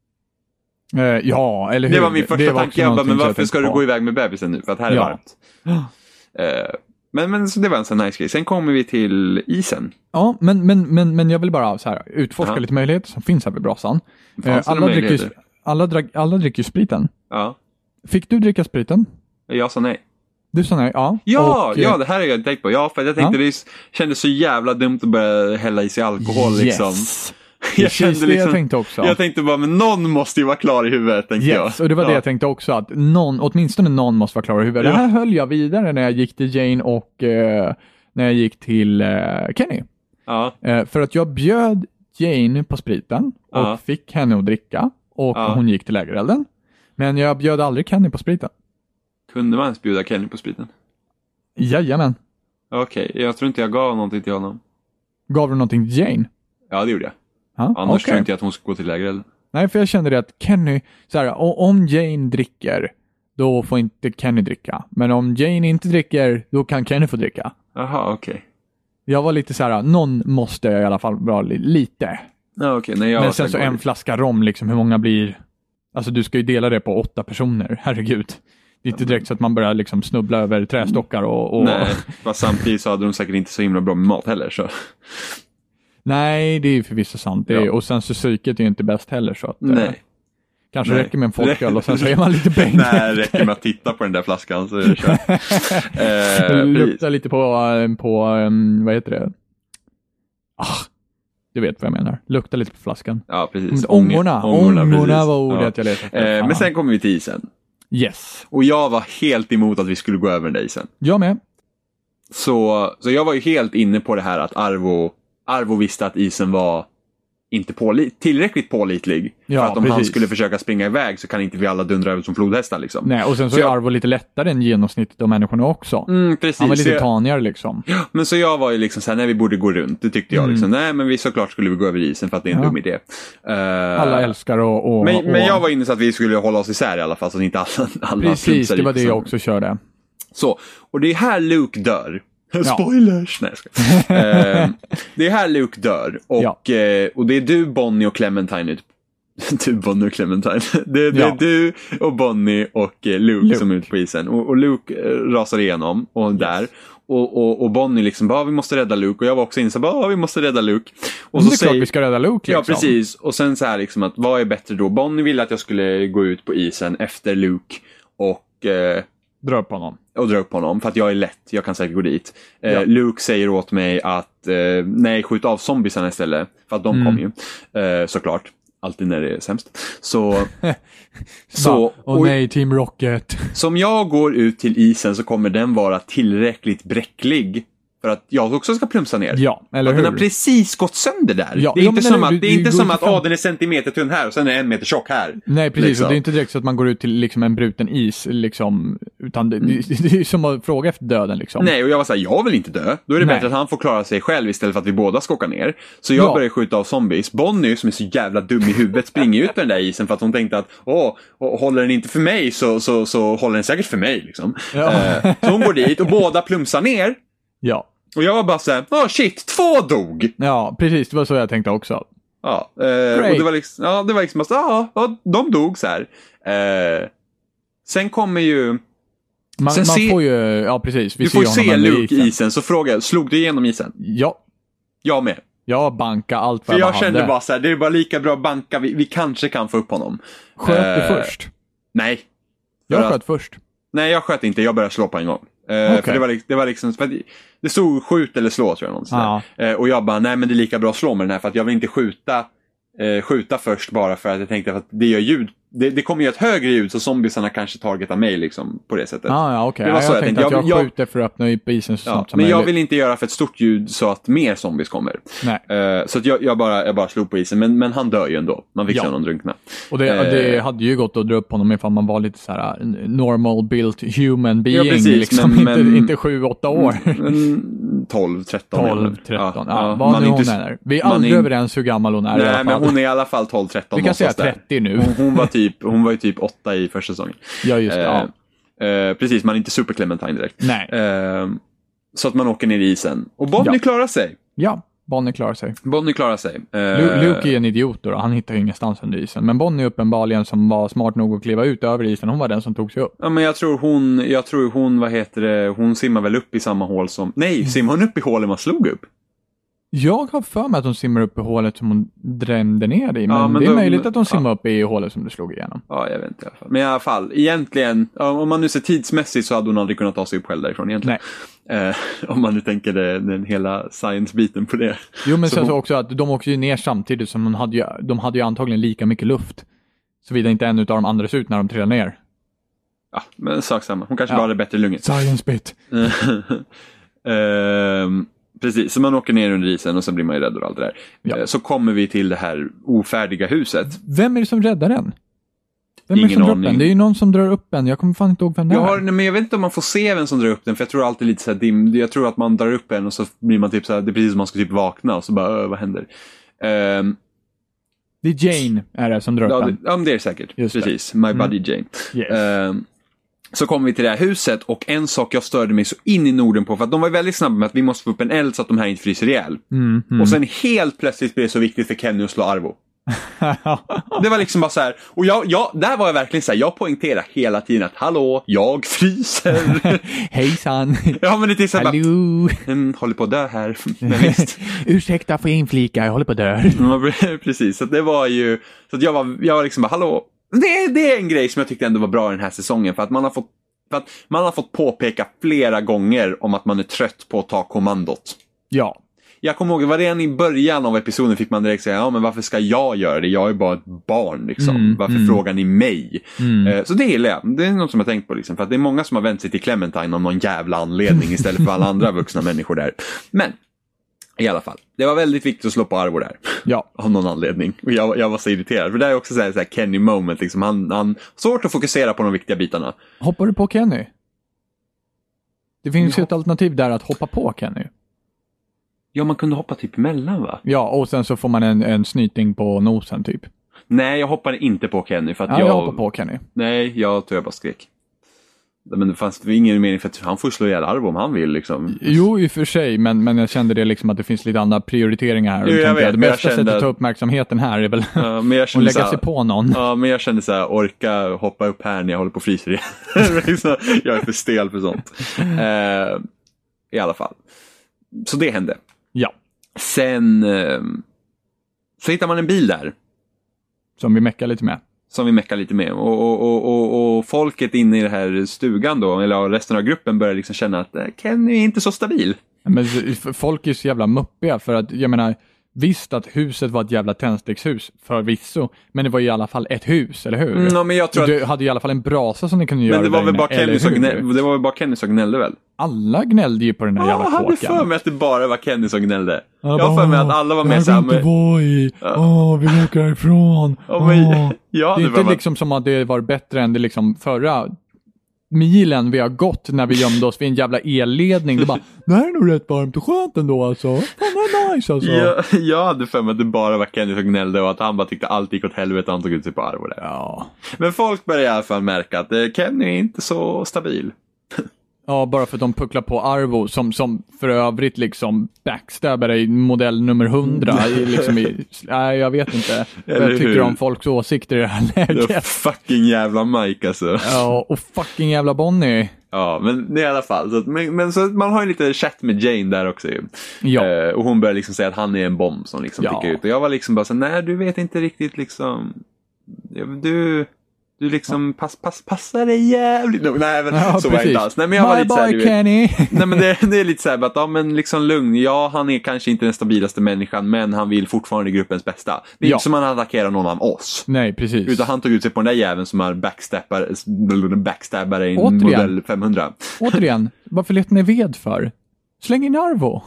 Ja, eller hur? Det var min första tanke. Jag bara, men varför ska du gå iväg med bebisen nu? För att här är varmt. Men så det var en sån nice grej. Sen kommer vi till isen. Ja, men jag vill bara så här utforska lite möjligheter som finns här vid brasan. Alla dricker ju spriten. Ja. Fick du dricka spriten? Jag sa nej. Du sa nej, ja. Ja, det här har jag tänkt på. Ja, för jag tänkte det kändes så jävla dumt att börja hälla i sig alkohol liksom. Jag kände liksom, jag tänkte också. Jag tänkte bara, men någon måste ju vara klar i huvudet, tänkte jag. Och det var det jag tänkte också, att åtminstone någon måste vara klar i huvudet. Det här höll jag vidare när jag gick till Jane och när jag gick till Kenny. Ja. För att jag bjöd Jane på spriten och fick henne att dricka. Och hon gick till lägerelden. Men jag bjöd aldrig Kenny på spriten. Kunde man ens bjuda Kenny på spriten? Jajamän. Okej, jag tror inte jag gav någonting till honom. Gav du någonting till Jane? Ja, det gjorde jag. Annars tror jag inte att hon ska gå till lägerelden. Nej, för jag kände det att Kenny, så här, om Jane dricker då får inte Kenny dricka. Men om Jane inte dricker, då kan Kenny få dricka. Jaha, okej. Jag var lite så här, någon måste i alla fall vara lite. Ja, okej. Nej, men sen så en flaska rom, liksom, hur många blir... Alltså du ska ju dela det på 8 personer, herregud. Det är inte direkt så att man börjar liksom snubbla över trästockar och... Nej, fast samtidigt så hade de säkert inte så himla bra med mat heller, så... Nej, det är ju förvisso sant. Och sen så psyket är ju inte bäst heller, så att... Nej. Kanske räcker med en folköl och sen så är man lite bäng. Nej, det räcker med att titta på den där flaskan så är det kört. Lukta lite på vad heter det? Du vet vad jag menar. Lukta lite på flaskan. Ja, precis. Ångorna var ordet jag letade. Men sen kommer vi till isen. Yes. Och jag var helt emot att vi skulle gå över den där isen. Jag med. Så jag var ju helt inne på det här att Arvo visste att isen var inte tillräckligt pålitlig. Ja, för att om precis. han skulle försöka springa iväg så kan inte vi alla dundra över som flodhästar liksom. Nej, och sen så är Arvo lite lättare än genomsnittet av människorna också. Precis. Han var lite tanigare liksom. Ja, men så jag var ju liksom såhär, nej vi borde gå runt. Det tyckte jag liksom. Nej, men vi såklart skulle vi gå över isen för att det är en dum idé. Alla älskar men jag var inne så att vi skulle hålla oss isär i alla fall så att inte alla precis, det var det jag också körde. Så, och det är här Luke dör. Spoilers! Nej, det är här Luke dör. Och det är du, Bonnie och Clementine Du, Bonnie och Clementine. Det är du och Bonnie och Luke som är ute på isen. Och Luke rasar igenom och där. Och Bonnie liksom vi måste rädda Luke. Och jag var också inne så vi måste rädda Luke. Och så det är klart vi ska rädda Luke liksom. Ja, precis. Och sen så här liksom att vad är bättre då? Bonnie ville att jag skulle gå ut på isen efter Luke och dra upp honom. Och dra upp honom, för att jag är lätt. Jag kan säkert gå dit. Luke säger åt mig att nej, skjut av zombiesarna istället. För att de kom ju. Såklart. Alltid när det är sämst. Och nej, Team Rocket. Som jag går ut till isen så kommer den vara tillräckligt bräcklig för att jag också ska plumsa ner. Ja, eller hur? Den har precis gått sönder där. Ja, det är inte som att, den är centimeter tunn här och sen är den 1 meter tjock här. Nej, precis. Liksom. Och det är inte direkt så att man går ut till liksom en bruten is, liksom, utan det är som att fråga efter döden. Liksom. Nej, och jag var såhär, jag vill inte dö. Då är det bättre att han får klara sig själv istället för att vi båda ska åka ner. Så jag börjar skjuta av zombies. Bonnie, som är så jävla dum i huvudet, springer ut på den där isen för att hon tänkte att håller den inte för mig så håller den säkert för mig. Liksom. Ja. Så hon går dit och båda plumsar ner. Ja. Och jag var bara såhär, shit, 2 dog! Ja, precis, det var så jag tänkte också. Ja, och det var liksom de dog så här. Sen kommer ju... Man får ju, ja precis. Du får ju se Luke i isen, så frågar jag, slog du igenom isen? Ja. Jag med. Jag banka allt vad jag kände bara så här, det är bara lika bra banka, vi kanske kan få upp honom. Sköt du först? Nej. Jag sköt först. Nej, jag sköt inte, jag började slå på en gång. För det var liksom, för det stod skjut eller slå tror jag någonstans. Och jag bara, nej men det är lika bra att slå med den här för att jag vill inte skjuta först bara för att jag tänkte att det gör ljud. Det kommer ju ett högre ljud så zombiesarna kanske targetar mig liksom på det sättet. Okej. Jag tänkte att jag skjuter för att öppna upp isen så snabbt som möjligt. Men jag vill inte göra för ett stort ljud så att mer zombies kommer. Nej. Så att jag bara slog på isen. Men han dör ju ändå. Man fick se honom drunkna. Och det hade ju gått att dra upp honom ifall man var lite så här normal built human being. Ja, precis, liksom, inte 7-8 år. 12-13. Vad nu hon är. Vi är aldrig överens hur gammal hon är. Nej, men hon är i alla fall 12-13. Vi kan säga 30 nu. Hon var ju typ 8 i första säsongen. Ja, just det. Precis, man är inte super Clementine direkt. Nej. Så att man åker ner i isen. Och Bonnie klarar sig. Ja, Bonnie klarar sig. Luke är en idiot då. Han hittar ju ingenstans under isen. Men Bonnie uppenbarligen som var smart nog att kliva ut över isen. Hon var den som tog sig upp. Ja, men jag tror hon, hon simmar väl upp i samma hål som... Nej, simmar hon upp i hålet man slog upp? Jag har för mig att hon simmar upp i hålet som hon drämde ner i. Men det är möjligt att hon simmar upp i hålet som du slog igenom. Ja, jag vet inte i alla fall. Men i alla fall, egentligen, om man nu ser tidsmässigt så hade hon aldrig kunnat ta sig upp själv därifrån egentligen. Nej. Om man nu tänker den hela science-biten på det. Jo, men sen så också att de åkte ju ner samtidigt som de hade ju antagligen lika mycket luft. Såvida inte en av de andra ut när de trillade ner. Ja, men sak samma. Hon kanske bara hade bättre lungor. Science bit. Precis, så man åker ner under isen och sen blir man ju rädd och allt det där. Ja. Så kommer vi till det här ofärdiga huset. Vem är det som räddar den? Vem är det som drar upp den? Det är ju någon som drar upp den. Jag kommer fan inte ihåg vem det är. Men jag vet inte om man får se vem som drar upp den. För jag tror alltid lite så här jag tror att man drar upp en och så blir man typ så här, det är precis som man ska typ vakna och så bara, vad händer? Det är Jane är det som drar upp den. Ja, men det är säkert. Just precis, My Buddy Jane. Yes. så kom vi till det här huset och en sak jag störde mig så in i Norden på, för att de var väldigt snabba med att vi måste få upp en eld så att de här inte fryser ihjäl. Och sen helt plötsligt blev det så viktigt för Kenny att slå Arvo. Det var liksom bara så här. Och där var jag verkligen så här, jag poängterar hela tiden att hallå, jag fryser. Hejsan. Ja, men det är så här Hallå. håller på att dö här. Men visst. Ursäkta för inflika, jag håller på att dö. Ja, precis, så det var ju så att jag var liksom bara hallå. Det är en grej som jag tyckte ändå var bra i den här säsongen, för att man har fått påpeka flera gånger om att man är trött på att ta kommandot. Ja. Jag kommer ihåg, var redan i början av episoden fick man direkt säga, ja men varför ska jag göra det? Jag är bara ett barn liksom. Varför frågar ni mig? Så det gillar jag. Det är något som jag tänkt på liksom. För att det är många som har vänt sig till Clementine av någon jävla anledning istället för alla andra vuxna människor där. Men i alla fall, det var väldigt viktigt att slå på Arvo där. Ja. Av någon anledning. Och jag var så irriterad. För det är också så här Kenny moment liksom. Han svårt att fokusera på de viktiga bitarna. Hoppar du på Kenny? Det finns ju ett alternativ där att hoppa på Kenny. Ja, man kunde hoppa typ emellan, va? Ja, och sen så får man en snyting på nosen typ. Nej, jag hoppade inte på Kenny för att jag hoppar på Kenny. Nej, jag tror jag bara skrek. Men det fanns ingen mening för att han får slå ihjäl Arvo om han vill liksom. Jo, i och för sig, men jag kände det liksom att det finns lite andra prioriteringar här. Jo, jag vet, det bästa sättet att ta uppmärksamheten här är väl att lägga sig på någon. Ja, men jag kände så här, orka hoppa upp här när jag håller på att frysa igen. Jag är för stel för sånt. I alla fall. Så det hände. Ja. Sen så hittar man en bil där. Som vi meckar lite med. Och folket inne i den här stugan då, eller resten av gruppen börjar liksom känna att Kenny är inte så stabil. Men folk är så jävla muppiga för att, jag menar, visst att huset var ett jävla tändstickshus förvisso, men det var i alla fall ett hus, eller hur? Ja, men jag tror du hade i alla fall en brasa som ni kunde göra. Men det var väl bara Kenny som gnällde väl? Alla gnällde ju på den här jävla kåkan. Jag hade för mig att det bara var Kenny som gnällde. Jag har för mig att alla var med så här. Jag vill inte vara i. Vi åker härifrån. Det är inte liksom som att det var bättre än det liksom förra milen vi har gått när vi gömde oss vid en jävla elledning. Det bara, det här är nog rätt varmt och skönt ändå alltså. Fan, det är nice alltså. Jag hade för mig att det bara var Kenny som gnällde och att han bara tyckte allt gick åt helvete och han tog ut sig på Arvo där. Ja. Men folk börjar i alla fall märka att Kenny är inte så stabil. Ja, bara för att de pucklar på Arvo som för övrigt liksom backstabbar i modell nummer 100 nej, jag vet inte vad jag tycker om folks åsikter i det här läget. Det fucking jävla Mike alltså. Ja, och fucking jävla Bonnie. Ja, men det är i alla fall så att, men så man har ju lite chatt med Jane där också ju. Ja. Och hon börjar liksom säga att han är en bomb som liksom tickar ut. Och jag var liksom bara så, nej, du vet inte riktigt liksom, du liksom passar dig jävligt. Nej, men så var jag inte alls. Nej, men jag var lite såhär, Kenny. Nej, men det är lite såhär att, ja men liksom lugn. Ja, han är kanske inte den stabilaste människan, men han vill fortfarande gruppens bästa. Det är inte som han attackerar någon av oss. Nej, precis. Utan han tog ut sig på den där jäveln som är backstabbare i modell 500. Återigen, varför letar ni ved för? Släng in Arvo.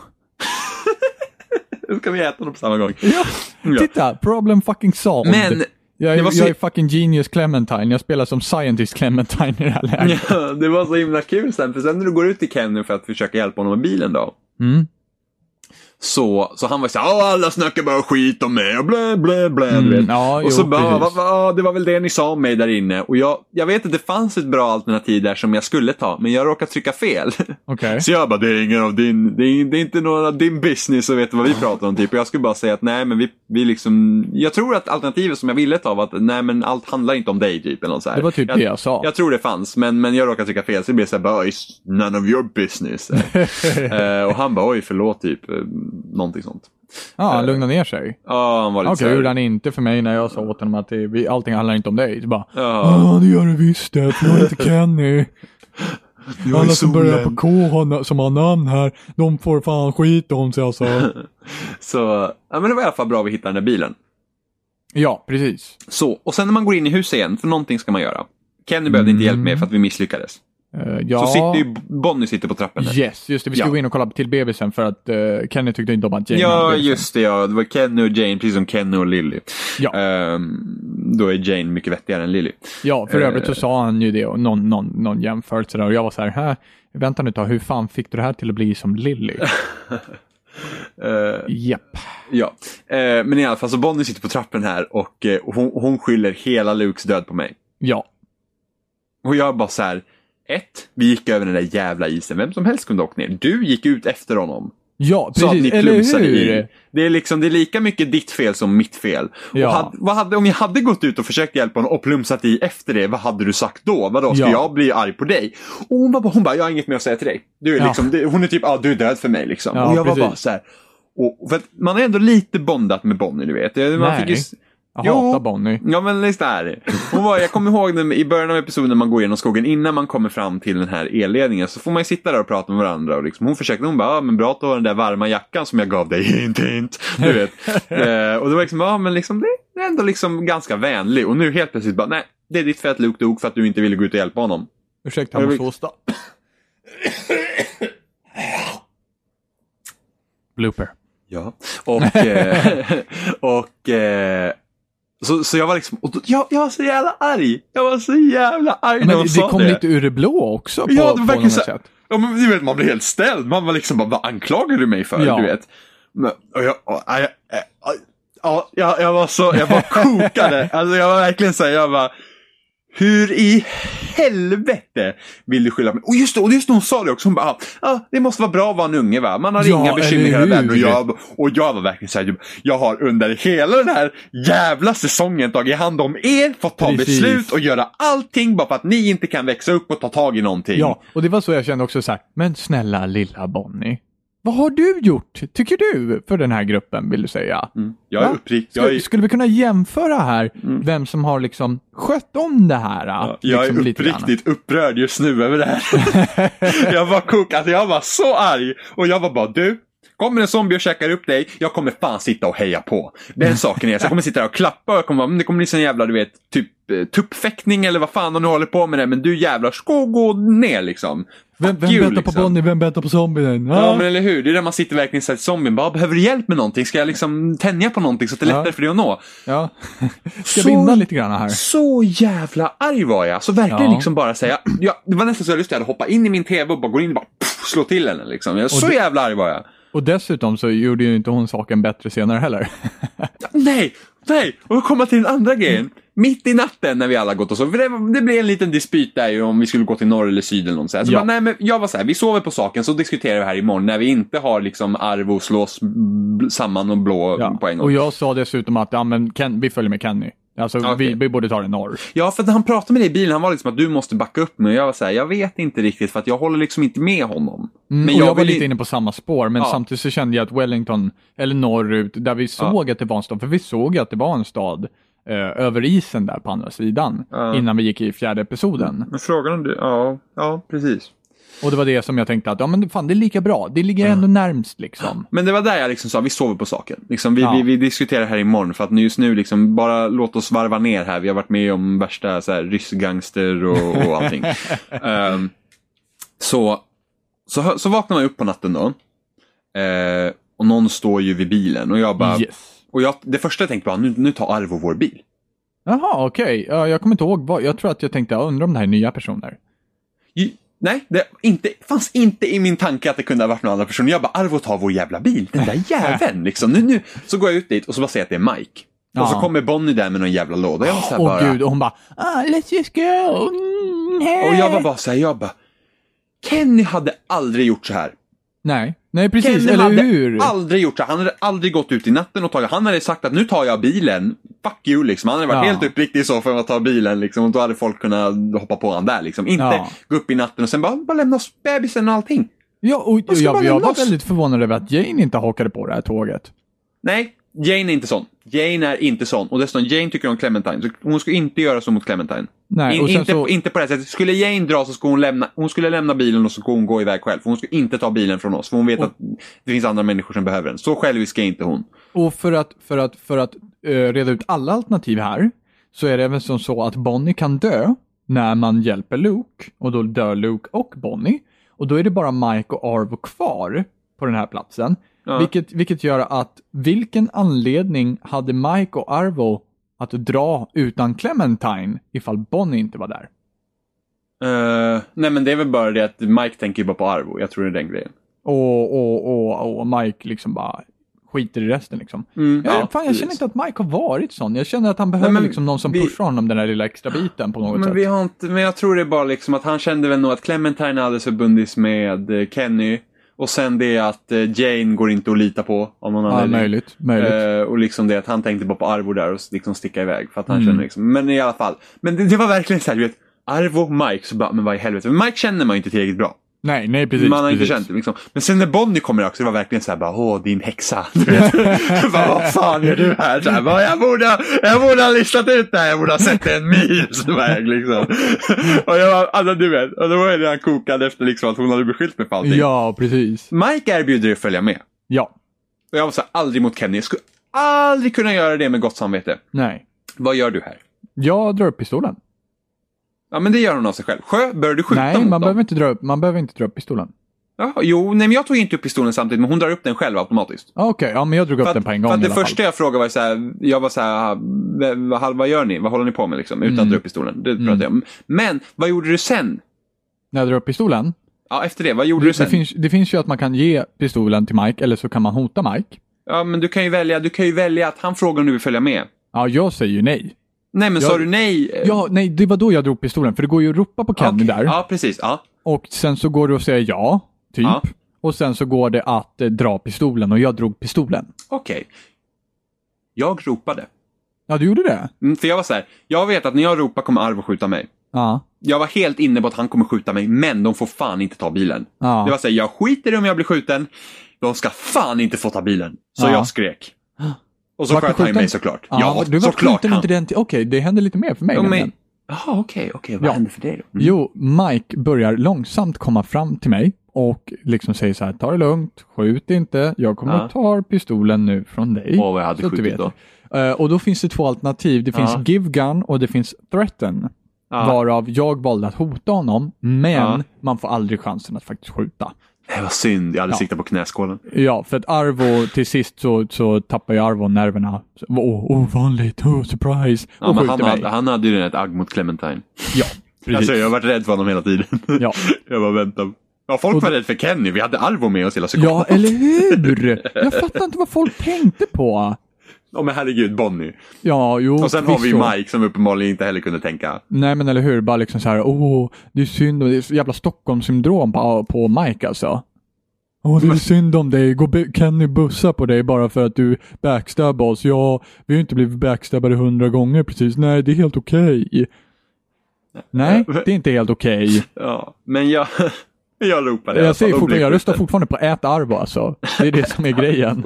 Då ska vi äta dem på samma gång. Ja, titta, problem fucking solved. Men jag är fucking genius Clementine. Jag spelar som scientist Clementine i det här läget. Ja, det var så himla kul sen. För sen när du går ut till Kenny för att försöka hjälpa honom med bilen då. Så han var så här, alla snackar bara skit om mig och blä blä blä, du vet. Ja, och så bara, det var väl det ni sa om mig där inne. Och jag vet att det fanns ett bra alternativ där som jag skulle ta, men jag råkade trycka fel. Okay. Så jag bara, det är ingen av det är inte någon av din business och vet vad vi pratar om typ. Och jag skulle bara säga att nej, men vi liksom, jag tror att alternativet som jag ville ta var att nej, men allt handlar inte om dig typ eller något så här. Det var typ det jag sa. Jag tror det fanns, men jag råkade trycka fel så det blev så här, bara, it's none of your business. Och han bara, oj förlåt typ. Någonting sånt. Ja, han lugnade ner sig. Ja, han var lite Okej, gjorde han inte för mig när jag sa åt honom att allting handlar inte om dig. Så bara, ja, det gör det visst det. För jag är inte Kenny. Alla som börjar på K som har namn här, de får fan skit om sig alltså. Så, ja, men det var i alla fall bra att vi hittade den där bilen. Ja, precis. Så, och sen när man går in i huset igen, för någonting ska man göra. Kenny behövde inte hjälp med för att vi misslyckades. Ja. Så Bonnie sitter på trappen där. Yes, just det. Vi ska gå in och kolla till bebisen för att Kenny tyckte inte om att Jane. Ja, just det. Ja. Det var Kenny och Jane, precis som Kenny och Lily. Ja. Då är Jane mycket vettigare än Lily. Ja, för övrigt så sa han ju det och någon jämförelse där. Och jag var så här, vänta nu, hur fan fick du det här till att bli som Lily? Japp. Ja, men i alla fall så Bonnie sitter på trappen här och hon skyller hela Lukes död på mig. Ja. Och jag bara så här, Vi gick över den där jävla isen. Vem som helst kunde åka ner. Du gick ut efter honom. Ja, Så att precis. ni Eller plumsade hur? in. Det är lika mycket ditt fel som mitt fel. Ja. Och om jag hade gått ut och försökt hjälpa honom och plumsat i efter det, vad hade du sagt då? Vadå, ska jag bli arg på dig? Och hon bara, jag har inget mer att säga till dig. Du är liksom, hon är typ, du är död för mig liksom. Ja, och jag precis. var bara så här. Och för att man är ändå lite bondat med Bonnie, du vet. Man Nej. fick ju, Jag hatar Bonnie. Ja, men liksom här. Jag kommer ihåg när, i början av episoden när man går igenom skogen, innan man kommer fram till den här elledningen, så får man ju sitta där och prata med varandra. Och liksom, hon bara, men bra att du har den där varma jackan som jag gav dig. Inte. Du vet. Och det var liksom, men liksom, det är ändå liksom ganska vänlig. Och nu helt plötsligt bara, nej, det är ditt fel att Luke dog för att du inte ville gå ut och hjälpa honom. Ursäkta, han måste hosta. Blooper. Ja, så jag var liksom, jag var så jävla arg. Men det kom lite ur det blå också på, ja, det var på något så, sätt. Ja, men du vet, man blir helt ställd. Man var liksom bara, vad anklagar du mig för? Ja. Du vet. Men, jag var kokade. Alltså jag var verkligen så här, jag var, hur i helvete vill du skylla mig? Och just det, hon sa det också. Hon bara, det måste vara bra att vara en unge, va? Man har inga bekymmer hela världen. Och jag var verkligen så här, jag har under hela den här jävla säsongen tagit hand om er, fått ta beslut och göra allting bara för att ni inte kan växa upp och ta tag i någonting. Ja, och det var så jag kände också så här, men snälla lilla Bonnie. Vad har du gjort, tycker du, för den här gruppen, vill du säga? Jag är uppriktig. Skulle vi kunna jämföra här vem som har liksom skött om det här? Ja, liksom, jag är uppriktigt upprörd just nu över det här. Jag var alltså jag var så arg. Och jag var bara, du, kommer en zombie och käkar upp dig, jag kommer fan sitta och heja på. Den saken är, så jag kommer sitta där och klappa och jag kommer, det kommer bli sån jävla, du vet, typ tuppfäktning eller vad fan de nu håller på med det, men du jävlar ska gå ner liksom. Vem väntar på Bonnie, vem väntar på zombien? Ja, men eller hur? Det är där man sitter verkligen så att zombien bara, behöver du hjälp med någonting? Ska jag liksom tänja på någonting så att det är lättare för dig att nå? Ja, ska binda lite grann här. Så jävla arg var jag. Så verkligen liksom bara säga, det var nästan så jag lust att hoppa in i min tv och bara gå in och bara slå till henne liksom. Så jävla arg var jag. Och dessutom så gjorde ju inte hon saken bättre senare heller. Nej, och komma till den andra grejen. Mitt i natten när vi alla gått och så. För det blev en liten dispyt där ju om vi skulle gå till norr eller syd eller något sånt. Så bara, nej, men jag var så här, vi sover på saken, så diskuterar vi här imorgon när vi inte har liksom Arvo slås samman och blå på en gång. Och jag sa dessutom att vi följer med Kenny. Alltså vi borde ta det norr. Ja, för när han pratade med dig i bilen, han var liksom att du måste backa upp mig. Och jag var så här, jag vet inte riktigt för att jag håller liksom inte med honom. Men jag var lite inne på samma spår, men samtidigt så kände jag att Wellington, eller norrut, där vi såg att det var en stad, för vi såg att det var en stad över isen där på andra sidan, innan vi gick i 4:e episoden. Men frågan om du, ja, precis. Och det var det som jag tänkte att, men fan, det är lika bra. Det ligger ändå närmst liksom. Men det var där jag liksom sa, vi sover på saken. Liksom, vi diskuterar här imorgon för att just nu liksom, bara låt oss varva ner här. Vi har varit med om värsta så här, ryssgangster och allting. Så vaknar man upp på natten då. Och någon står ju vid bilen och jag bara... Yes. Och det första jag tänkte var, nu tar Arvo vår bil. Jaha, okej. Jag kommer inte ihåg jag tror att jag tänkte, jag undrar om det här är nya personer. Nej, det fanns inte i min tanke att det kunde ha varit någon annan person. Jag bara, Arvo tar vår jävla bil. Den där jäveln liksom. Nu. Så går jag ut dit och så bara säger att det är Mike. Och så kommer Bonnie där med någon jävla låda. Jag var så här gud, och hon bara, let's just go. Och jag var bara så här, Kenny hade aldrig gjort så här. Nej, precis, Kenny eller hade hur? aldrig gjort så. Han hade aldrig gått ut i natten och tagit. Han hade sagt att nu tar jag bilen. Fuck you liksom. Han hade varit helt uppriktig så för att ta bilen liksom. Och då hade folk kunnat hoppa på han där liksom. Inte gå upp i natten och sen bara lämna oss bebisen och allting. Ja, och jag var väldigt förvånad över att Jane inte hakade på det här tåget. Nej, Jane är inte sån. Och dessutom, Jane tycker om Clementine. Så hon ska inte göra så mot Clementine. Nej, och inte på det sättet. Skulle Jane dra så skulle hon skulle lämna bilen och så skulle hon gå iväg själv. För hon ska inte ta bilen från oss. För hon vet att det finns andra människor som behöver den. Så självisk är inte hon. Och för att reda ut alla alternativ här, så är det även så att Bonnie kan dö när man hjälper Luke. Och då dör Luke och Bonnie. Och då är det bara Mike och Arvo kvar på den här platsen. Ja. Vilket gör att vilken anledning hade Mike och Arvo att dra utan Clementine ifall Bonnie inte var där? Nej, men det är väl bara det att Mike tänker bara på Arvo. Jag tror det är den grejen. Och Mike liksom bara skiter i resten liksom. Jag känner inte att Mike har varit sån. Jag känner att han behöver liksom någon som pushar honom den där lilla extra biten på något sätt. Men jag tror det är bara liksom att han kände väl nog att Clementine hade förbundits med Kenny. Och sen det att Jane går inte att lita på av någon anledning. Möjligt. Och liksom det att han tänkte bara på Arvo där och liksom sticka iväg. För att han känner liksom, men i alla fall. Men det var verkligen så här, du vet, Arvo och Mike, så bara, men vad i helvete. Men Mike känner man ju inte tillräckligt bra. Nej, precis. Man har inte känt det liksom. Men sen när Bonnie kommer också, det var verkligen så här bara, åh, din häxa. Du vet, vad fan gör du här? Så här bara, jag borde ha listat ut det här. Jag borde ha sett en milsväg liksom. Och jag var, alltså du vet, och då var det han kokade efter liksom att hon hade beskyllt mig för allting. Ja, precis. Mike erbjuder dig att följa med. Ja. Och jag var så här, aldrig mot Kenny. Jag skulle aldrig kunna göra det med gott samvete. Nej. Vad gör du här? Jag drar upp pistolen. Ja, men det gör hon av sig själv. Börjar du skjuta mot dem? Nej, man behöver inte dra upp pistolen. Ja, jo, nej, men jag tog inte upp pistolen samtidigt, men hon drar upp den själv automatiskt. Okej, ja, men jag drog upp den på en gång. För att det första jag frågade var så här, jag var så här, vad gör ni? Vad håller ni på med liksom? Utan att dra upp pistolen. Det pratade jag om. Men, vad gjorde du sen? När jag drog upp pistolen? Ja, efter det, vad gjorde du sen? Det finns ju att man kan ge pistolen till Mike, eller så kan man hota Mike. Ja, men du kan ju välja att han frågar om du vill följa med. Ja, jag säger ju nej. Nej, men sa du nej? Ja, nej, det var då jag drog pistolen. För det går ju att ropa på Kenny där. Ja, precis. Ja. Och sen så går det att säga ja, typ. Ja. Och sen så går det att dra pistolen. Och jag drog pistolen. Okej. Jag ropade. Ja, du gjorde det? För jag var så här, jag vet att när jag ropar kommer Arvo skjuta mig. Ja. Jag var helt inne på att han kommer skjuta mig, men de får fan inte ta bilen. Ja. Det var så här, jag skiter i om jag blir skjuten. De ska fan inte få ta bilen. Så jag skrek. Och så sköt han mig såklart. Ja, du var såklart han. Okej, det hände lite mer för mig. Jaha, okej. Vad hände för dig då? Jo, Mike börjar långsamt komma fram till mig och liksom säger så här, ta det lugnt, skjut inte. Jag kommer att ta pistolen nu från dig. Vad jag hade skjutit då? Och då finns det två alternativ. Det finns give gun och det finns threaten. Varav jag valde att hota honom, men man får aldrig chansen att faktiskt skjuta. Det var synd, jag hade siktat på knäskålen. Ja, för att Arvo till sist så tappar ju Arvo nerverna. Ovanligt, surprise. Ja, men han hade ju ett agg mot Clementine. Ja, precis. Alltså, jag har varit rädd för honom hela tiden. Ja. Jag bara väntar. Ja, folk var rädd för Kenny. Vi hade Arvo med oss hela sekund. Ja, eller hur? Jag fattar inte vad folk tänkte på. Ja, men herregud, Bonnie. Ja, jo. Och sen har vi Mike som uppenbarligen inte heller kunde tänka. Nej, men eller hur? Bara liksom så här, det är synd. Det är så jävla Stockholmssyndrom på Mike alltså. Det är synd om dig. Kenny bussa på dig bara för att du backstabbar oss. Ja, vi har inte blivit backstabbade 100 gånger precis. Nej, det är helt okej. Nej, det är inte helt okej. Ja, men jag ropade. Jag röstar fortfarande på ät Arvo alltså. Det är det som är grejen.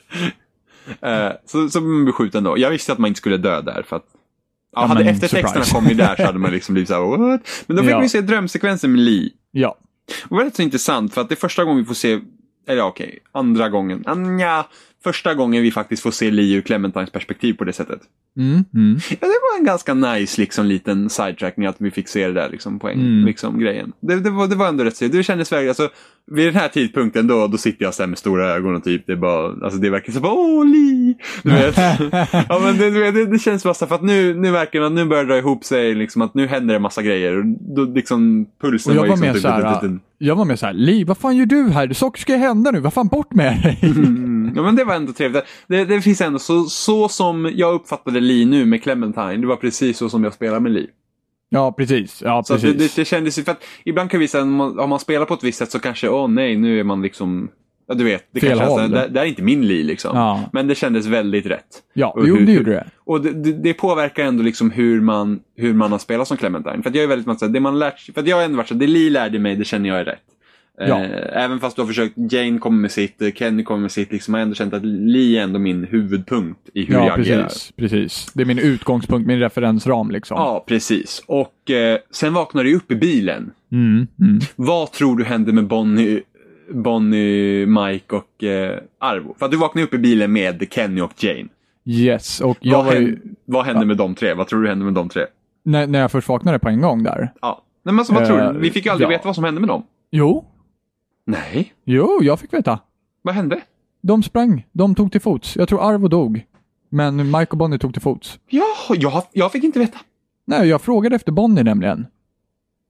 Så blev beskjuten då. Jag visste att man inte skulle dö där för att hade eftertexterna kommit där så hade man liksom blivit så här, what? Men då fick vi se drömsekvensen med Lee. Ja. Och det var rätt så intressant för att det är första gången vi får se, eller andra gången. Första gången vi faktiskt får se Lee ur Clementines perspektiv på det sättet. Ja, det var en ganska nice liksom liten sidetrackning att vi fick se det där liksom poäng, liksom grejen. Det var ändå rätt så. Det kändes verkligen alltså vid den här tidpunkten då sitter jag så här med stora ögon och typ det är bara alltså det verkar så bara Lee. Du vet. Ja, men det känns bara så för att nu verkar att nu börjar det dra ihop sig liksom att nu händer det massa grejer och då liksom pulsen och var liksom typ jag var med så här, Lee, vad fan gör du här? Saker ska hända nu. Vad fan bort med dig? Ja, men det var ändå trevligt. Det finns ändå så som jag uppfattade Lee nu med Clementine. Det var precis så som jag spelar med Lee. Ja, precis. Ja, så precis. Det kändes ju för att ibland kan vi säga om man spelar på ett visst sätt så kanske, nej, nu är man liksom ja, du vet, det kanske är det är inte min Lee liksom. Ja. Men det kändes väldigt rätt. Ja, det gjorde det. Och det påverkar ändå liksom hur man har spelat som Clementine. För att jag är väldigt mycket så det man lärt sig, för att jag har ändå varit så det Lee lärde mig, det känner jag är rätt. Ja. Även fast du har försökt, Jane kommer med sitt, Kenny kommer med sitt, liksom har jag ändå känt att Lee är ändå min huvudpunkt i hur jag agerar. Precis. Det är min utgångspunkt, min referensram liksom. Ja, precis. Och sen vaknar du upp i bilen. Vad tror du hände med Bonnie, Mike och Arvo? För att du vaknar upp i bilen med Kenny och Jane. Yes, och vad hände med de tre? Vad tror du hände med de tre? När jag först vaknade på en gång där. Ja. Nej, men alltså, vad tror du? Vi fick ju aldrig veta vad som hände med dem. Jo. Nej. Jo, jag fick veta. Vad hände? De sprang. De tog till fots. Jag tror Arvo dog. Men Mike och Bonnie tog till fots. Ja, jag fick inte veta. Nej, jag frågade efter Bonnie nämligen.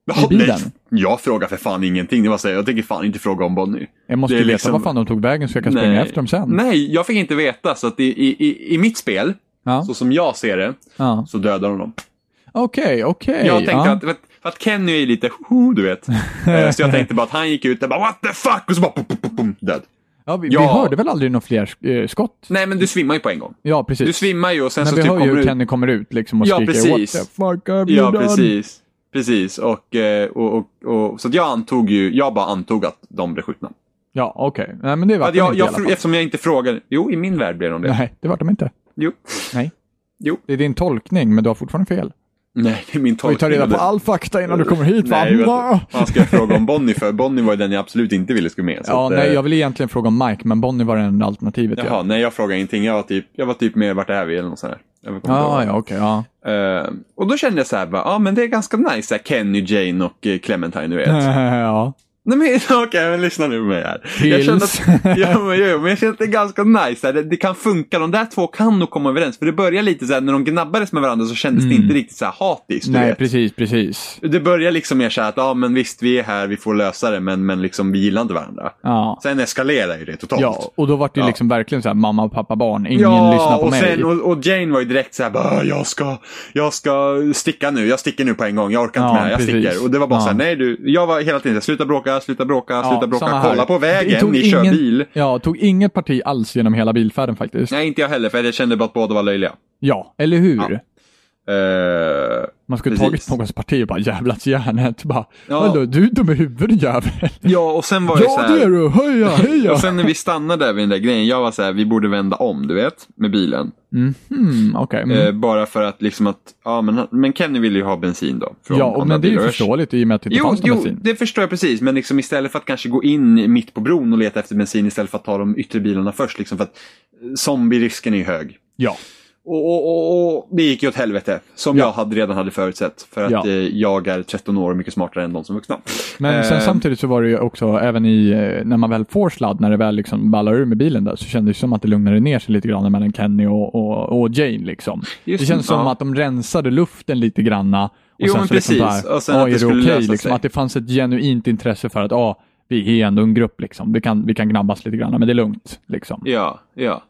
i bilen? Jag frågar för fan ingenting. Det var så här, jag tänker fan inte fråga om Bonnie. Jag måste ju veta vad fan de tog vägen så jag kan springa efter dem sen. Nej, jag fick inte veta. Så att i mitt spel, så som jag ser det, så dödar de dem. Okej. Jag tänkte att, för att Kenny är lite, du vet. Så jag tänkte bara att han gick ut och bara, what the fuck? Och så bara, död. Ja, vi hörde väl aldrig några fler skott? Nej, men du svimmar ju på en gång. Ja, precis. Du svimmar ju och sen men så vi typ hör ju hur Kenny kommer ut liksom och skriker, precis. What the fuck have you done? Precis. Och så att jag bara antog att de blev skjutna. Ja, okej. Nej, men det var inte i alla fall. Eftersom jag inte frågar, i min värld blev de det. Nej, det var de inte. Jo. Det är din tolkning, men du har fortfarande fel. Nej, det är min tolkning. Vi tar reda på all fakta innan du kommer hit. Nej, vad ska jag fråga om Bonnie för? Bonnie var den jag absolut inte ville skulle med. Så jag ville egentligen fråga om Mike, men Bonnie var den alternativet. Jaha, nej, jag frågade ingenting. Jag var typ med vart är vi eller något sånt här. Okej. Och då kände jag så här, men det är ganska nice, här, Kenny, Jane och Clementine, du vet. Ja. Nej, men okej, men lyssna nu på mig här. Jag kände att, men jag kände att det är ganska nice. Det kan funka, de där två kan nog komma överens. För det börjar lite så här, när de gnabbades med varandra så kändes det inte riktigt så här hatiskt. Nej, precis. Det börjar liksom mer så här att, men visst, vi är här, vi får lösa det, men liksom vi gillar inte varandra. Ja. Sen eskalerar ju det totalt. Ja, och då var det ju liksom verkligen så här, mamma och pappa, barn, ingen lyssnar på mig. Sen, och Jane var ju direkt så här, jag ska sticka nu, jag sticker nu på en gång, jag orkar inte med, jag sticker. Och det var bara så här, nej jag var hela tiden, sluta bråka, kolla på vägen, ni kör bil. Ja, tog inget parti alls genom hela bilfärden faktiskt. Nej, inte jag heller, för jag kände bara att båda var löjliga. Ja, eller hur? Ja. Man skulle precis. tagit någons parti och bara jävlats hjärnet. Bara, du är dum i huvudet, jävel. Ja, och sen var det så här. Ja, det är du, heja. Och sen när vi stannade där vid den där grejen, jag var så här, vi borde vända om, du vet, med bilen. Okej. Bara för att liksom att, men Kenny ville ju ha bensin då. Men det är ju förståeligt i och med att det inte fanns bensin. Jo, det förstår jag precis, men liksom istället för att kanske gå in mitt på bron och leta efter bensin istället för att ta de yttre bilarna först, liksom för att zombie-risken är ju hög. Ja. Och det gick ju åt helvete, som jag redan hade förutsett. För att jag är 13 år och mycket smartare än de som vuxna. Men sen samtidigt så var det ju också, även när man väl får sladd, när det väl liksom ballar ur med bilen där, så kändes det som att det lugnade ner sig lite grann mellan Kenny och Jane liksom. Det känns som att de rensade luften lite granna. Och sen så precis. Liksom där, och sen att det skulle lösa sig. Liksom, att det fanns ett genuint intresse för att vi är ändå en grupp liksom. Vi kan gnabbas lite grann, men det är lugnt liksom. Ja.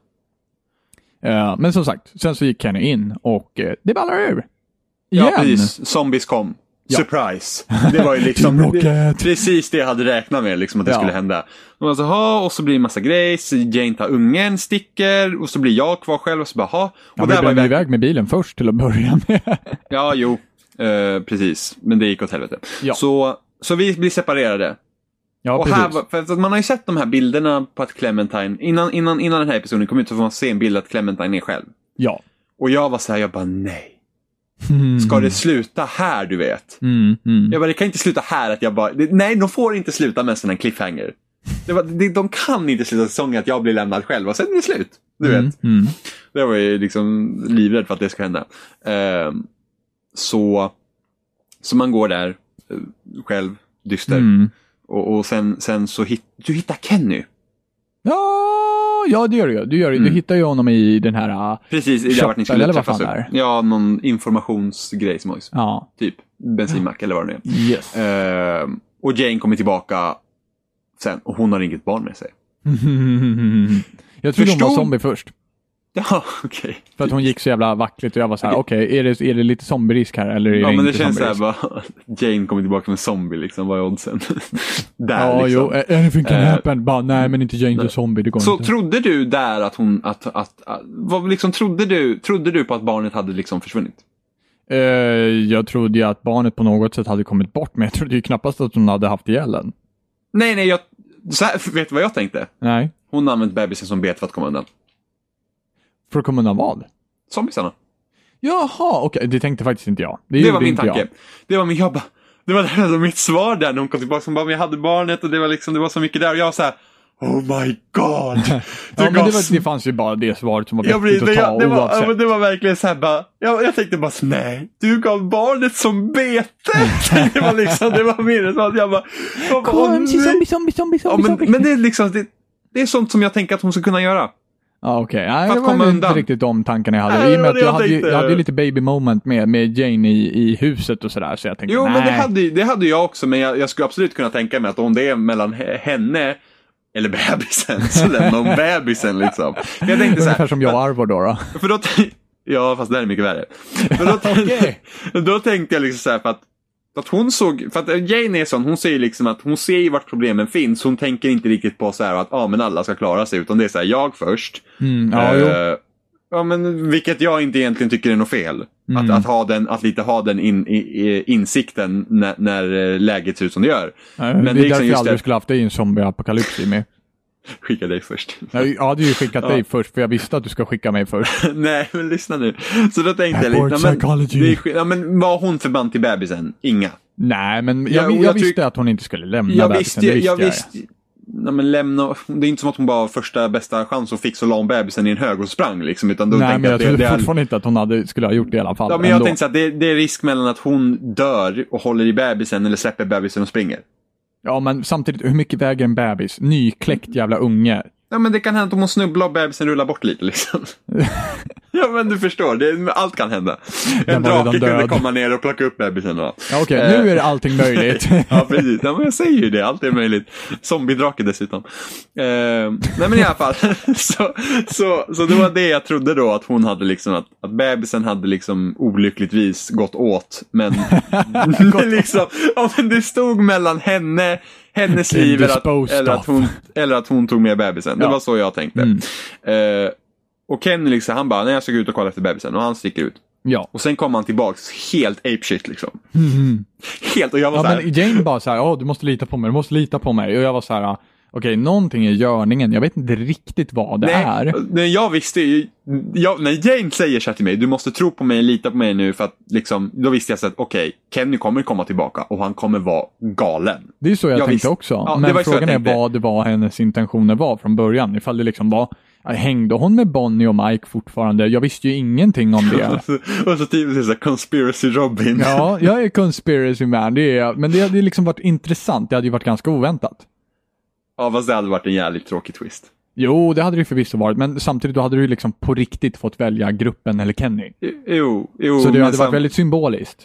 Men som sagt, sen så gick Kenny in och det ballar ur. Igen. Ja, precis. Zombies kom. Ja. Surprise. Det var ju liksom precis det jag hade räknat med liksom, att det skulle hända. Och så blir det en massa grejs. Jane tar ungen, sticker, och så blir jag kvar själv och så bara, och där var iväg med bilen först till att börja med. Ja, jo. Precis. Men det gick åt helvete. Ja. Så vi blir separerade. Ja, och här, för att man har ju sett de här bilderna på att Clementine, innan den här episoden kom ut, så får man se en bild att Clementine är själv. Ja. Och jag var så här, jag bara nej. Ska det sluta här, du vet? Jag bara, det kan inte sluta här att jag bara, nej, de får inte sluta med en sån här cliffhanger. De kan inte sluta säsongen att jag blir lämnad själv och sen är det slut, du vet. Det var ju liksom livrädd för att det ska hända. Så man går där själv, dyster. Och sen så du hittar Kenny. Ja, det gör du. Du hittar ju honom i den här precis, i vart ni skulle eller träffas upp. Ja, någon informationsgrej som också. Ja. Typ bensinmack eller vad det är. Yes. Och Jane kommer tillbaka sen och hon har inget barn med sig. Jag trodde hon var zombie först. Ja, okej. För att hon gick så jävla vackligt och jag var så här, okej, är det lite zombierisk här eller är det men inte det känns så här bara, Jane kommer tillbaka som en zombie liksom, vad är oddsen? Där ja, liksom. Jo, anything can happen. Bara, nej, men inte Jane är zombie, det går så inte. Så trodde du där att hon, vad liksom, trodde du på att barnet hade liksom försvunnit? Jag trodde ju att barnet på något sätt hade kommit bort, men jag trodde ju knappast att hon hade haft ihjäl den. Nej, vet du vad jag tänkte? Nej. Hon har använt bebisen som bet för att komma undan. För att komma undan vad? Zombiesarna. Jaha, okej. Det tänkte faktiskt inte jag. Det var min tanke. Det var min jobba. Det var mitt svar där när hon kom tillbaka. Som bara, jag hade barnet och det var så mycket där. Och jag var så här, oh my god. Men det fanns ju bara det svaret som var vettigt att ta oavsett. Det var verkligen så här bara, jag tänkte bara, nej, du gav barnet som bete. Det var liksom, det var minnet. Så att jag bara, zombie. Men det är liksom, det är sånt som jag tänker att hon ska kunna göra. Ja, okej. Nej, För det att var komma inte undan. riktigt de tankarna jag hade. Nej, I och med det att var det jag hade ju lite baby moment med Jane i huset och sådär. Så jag tänkte, Jo, nej. men det hade jag också. Men jag skulle absolut kunna tänka mig att om det är mellan henne eller bebisen, så lämnar hon bebisen liksom. För jag tänkte så här, ungefär som jag och Arvo då. För då ja, fast det här är mycket värre. För då tänkte jag liksom så här, för att hon såg, för att Jane är sån, hon säger liksom att hon ser ju vart problemen finns. Hon tänker inte riktigt på så här att men alla ska klara sig, utan det är så här, jag först. Ja, men vilket jag inte egentligen tycker är något fel. Att lite ha den insikten när läget ser ut som det gör. Men det är därför jag aldrig skulle haft dig i en zombie-apokalyps i mig. Skicka dig först. Jag hade ju skickat dig först, för jag visste att du ska skicka mig först. Nej, men lyssna nu. Så då tänkte jag lite, men var hon förband till bebisen? Inga. Nej, men jag visste att hon inte skulle lämna bebisen. Jag visste. Nej, men lämna, det är inte som att hon bara första bästa chans och fick så la hon bebisen i en hög och sprang liksom, utan då nej, tänkte men jag trodde fortfarande inte att hon skulle ha gjort det i alla fall. Ja, men jag tänkte så att det är risk mellan att hon dör och håller i bebisen eller släpper bebisen och springer. Ja, men samtidigt, hur mycket väger en bebis? Nykläckt jävla unge. Ja, men det kan hända att hon snubblar och bebisen rullar bort lite liksom. Ja, men du förstår, allt kan hända. En drake kunde komma ner och plocka upp bebisen. Ja, okej, nu är det allting möjligt. Ja, precis. Ja, men jag säger ju det, allt är möjligt. Zombie-drake dessutom. Nej, men i alla fall. Så det var det jag trodde då, att hon hade liksom, att bebisen hade liksom olyckligtvis gått åt. Men liksom, ja, men det stod mellan hennes liv eller att hon tog med bebisen. Det var så jag tänkte. Och Kenny liksom, han bara, nej, jag ska gå ut och kolla efter bebisen. Och han sticker ut. Ja. Och sen kommer han tillbaks helt apeshit liksom. Helt, och jag var så här. Men Jane bara så här, du måste lita på mig. Och jag var så här, okej, någonting i görningen. Jag vet inte riktigt vad det är. Nej, jag visste ju, när Jane säger så här till mig, du måste tro på mig, lita på mig nu, för att liksom, då visste jag så att okej, Kenny kommer komma tillbaka och han kommer vara galen. Det är så jag tänkte också. Ja, men frågan är vad det var hennes intentioner var från början. Ifall det liksom var, hängde hon med Bonnie och Mike fortfarande? Jag visste ju ingenting om det. och så typ så Conspiracy Robin. Ja, jag är Conspiracy Man, det är jag. Men det hade liksom varit intressant. Det hade ju varit ganska oväntat. Ja, fast det hade varit en jävligt tråkig twist. Jo, det hade det förvisso varit. Men samtidigt då hade du liksom på riktigt fått välja gruppen eller Kenny. Jo. Så det hade varit väldigt symboliskt.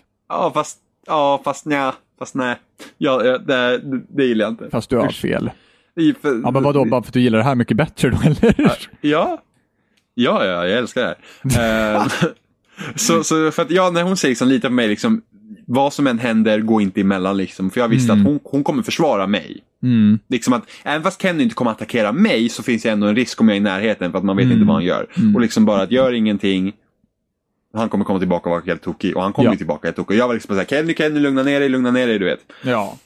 Fast nej. Ja, det gillar jag inte. Fast du har fel. Ja, men vadå? Bara för att du gillar det här mycket bättre då, eller? Ja, jag älskar det här. Så för att när hon säger liksom, lita på mig liksom, vad som än händer, gå inte emellan liksom. För jag visste att hon kommer försvara mig. Liksom att, även fast Kenny inte kommer attackera mig, så finns det ändå en risk om jag är i närheten, för att man vet inte vad han gör. Och liksom bara att gör ingenting, han kommer komma tillbaka och vara helt tokig. Och han kommer tillbaka helt tokig. Och jag var liksom såhär, Kenny, lugna ner dig, du vet. Ja.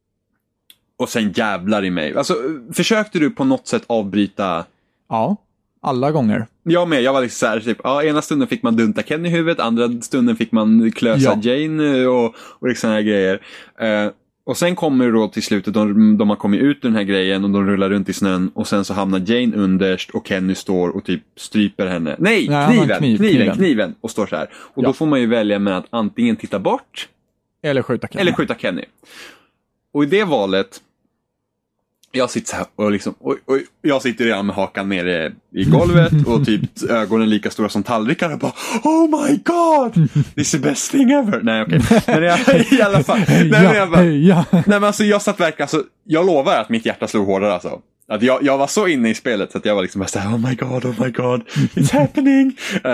Och sen jävlar i mig. Alltså, försökte du på något sätt avbryta? Ja, alla gånger. Jag med, jag var liksom såhär, typ, ena stunden fick man dunta Kenny i huvudet, andra stunden fick man klösa Jane och liksom här grejer. Och sen kommer det då till slutet, de har kommit ut ur den här grejen och de rullar runt i snön, och sen så hamnar Jane underst och Kenny står och typ stryper henne. Nej, kniven och står så här. Och då får man ju välja med att antingen titta bort eller skjuta Kenny. Och i det valet, jag sitter så här och liksom, och jag sitter redan med hakan nere i golvet och typ ögonen lika stora som tallrikar och bara, oh my god, this is the best thing ever. Nej, okej. Men i alla fall. Nej, men alltså jag satt verkligen, alltså, jag lovar att mitt hjärta slog hårdare alltså. Att jag var så inne i spelet så att jag var liksom bara så här, oh my god, it's happening.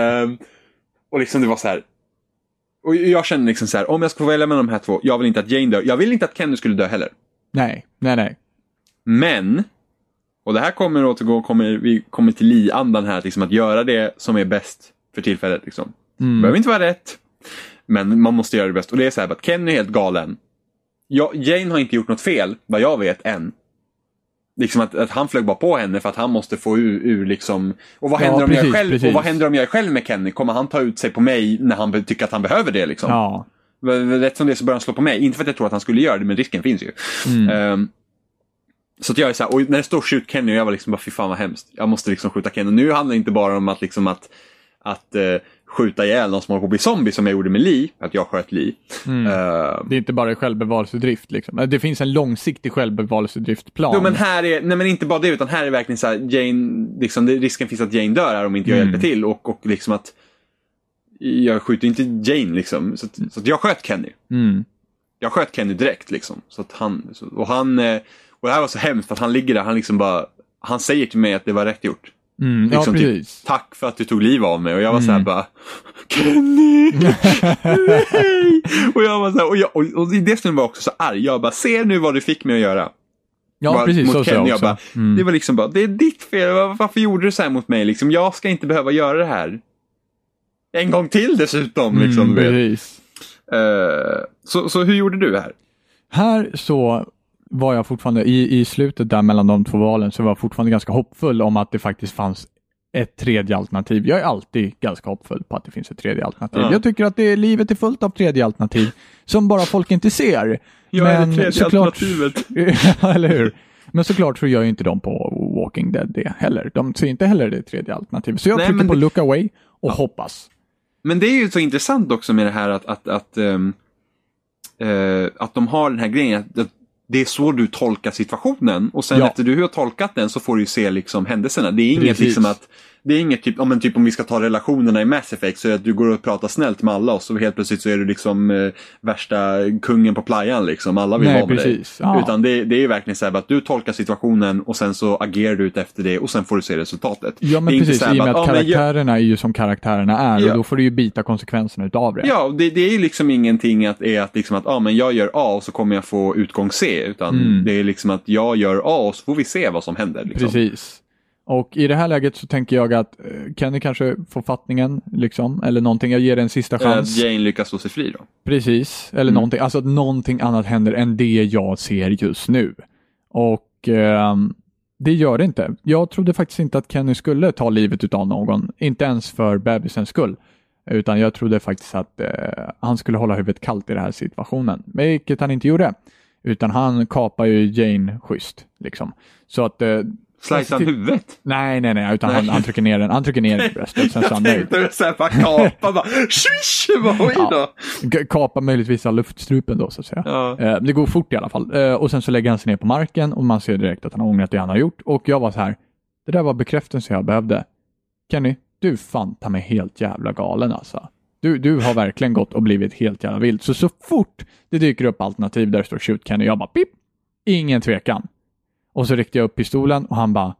Och liksom det var så här. Och jag kände liksom så här, om jag ska få välja mellan de här två, jag vill inte att Jane dör. Jag vill inte att Kenny skulle dö heller. Nej. Men, och det här vi kommer till i-andan här, liksom, att göra det som är bäst för tillfället. Liksom. Det behöver inte vara rätt, men man måste göra det bäst. Och det är så här att Kenny är helt galen. Jane har inte gjort något fel, vad jag vet än. Liksom att han flög bara på henne för att han måste få ur liksom. Och vad händer om jag är själv? Och vad händer om jag är själv med Kenny? Kommer han ta ut sig på mig när han tycker att han behöver det liksom? Ja. Rätt som det så börjar han slå på mig. Inte för att jag tror att han skulle göra det, men risken finns ju. Så att jag är så här, och när det står skjut Kenny, och jag var liksom bara, fy fan vad hemskt. Jag måste liksom skjuta Kenny. Och nu handlar det inte bara om att liksom att skjuta ihjäl någon som håller på att bli zombie som jag gjorde med Lee, att jag sköt Lee. Det är inte bara självbevarelsedrift liksom. Det finns en långsiktig självbevarelsedriftplan. Jo, men här är, nej men inte bara det, utan här är verkligen så här, Jane, liksom, risken finns att Jane dör här om inte jag hjälper till, och liksom att jag skjuter inte Jane liksom, så att jag sköt Kenny. Jag sköt Kenny direkt liksom, så att och det här var så hemskt för att han ligger där, han liksom bara, han säger till mig att det var rätt gjort. Liksom, ja, typ, tack för att du tog liv av mig. Och jag var så här bara, Kenny, nej. Och jag var så här, och i det stunden var jag också så arg. Jag bara, ser nu vad du fick mig att göra. Ja, bara, precis, mot så Kenny, jag bara, det var liksom bara, det är ditt fel. Varför gjorde du så här mot mig liksom? Jag ska inte behöva göra det här en gång till dessutom liksom, precis. Så hur gjorde du här? Här så var jag fortfarande i slutet där mellan de två valen, så var jag fortfarande ganska hoppfull om att det faktiskt fanns ett tredje alternativ. Jag är alltid ganska hoppfull på att det finns ett tredje alternativ. Jag tycker att livet är fullt av tredje alternativ som bara folk inte ser. Jag är det tredje alternativet. Eller hur? Men såklart så gör ju inte de på Walking Dead det heller. De ser inte heller det tredje alternativet. Så jag trycker på look away och hoppas. Men det är ju så intressant också med det här att de har den här grejen att det är så du tolkar situationen, och sen efter du har tolkat den så får du ju se liksom händelserna. Det är inget liksom att det är inget typ om vi ska ta relationerna i Mass Effect, så är det att du går och pratar snällt med alla och så helt plötsligt så är du liksom värsta kungen på playan liksom. Alla vill vara med dig. Ja. Utan det är ju verkligen så här att du tolkar situationen och sen så agerar du ut efter det och sen får du se resultatet. Ja, men precis, i och med att karaktärerna är ju som karaktärerna är, och då får du ju bita konsekvenserna utav det. Ja, det är ju liksom ingenting att men jag gör A och så kommer jag få utgång C, utan det är liksom att jag gör A och så får vi se vad som händer liksom. Precis. Och i det här läget så tänker jag att Kenny kanske får fattningen liksom, eller någonting, jag ger det en sista chans. Jane lyckas slå sig fri då. Precis, eller någonting, alltså att någonting annat händer än det jag ser just nu. Och det gör det inte. Jag trodde faktiskt inte att Kenny skulle ta livet utav någon, inte ens för bebisens skull. Utan jag trodde faktiskt att han skulle hålla huvudet kallt i den här situationen. Vilket han inte gjorde. Utan han kapar ju Jane schysst liksom. Så att slicear han huvudet? Nej, utan han trycker ner den. Han trycker ner i bröstet. Sen jag tänkte så här, bara kapa, bara swish, kapa möjligtvis av luftstrupen då, så att säga. Ja. Det går fort i alla fall. Och sen så lägger han sig ner på marken och man ser direkt att han har ångrat det han har gjort. Och jag var så här, det där var bekräftelsen jag behövde. Kenny, du fan ta mig helt jävla galen alltså. Du har verkligen gått och blivit helt jävla vild. Så fort det dyker upp alternativ där det står shoot Kenny, jag bara pip, ingen tvekan. Och så ryckte jag upp pistolen och han bara,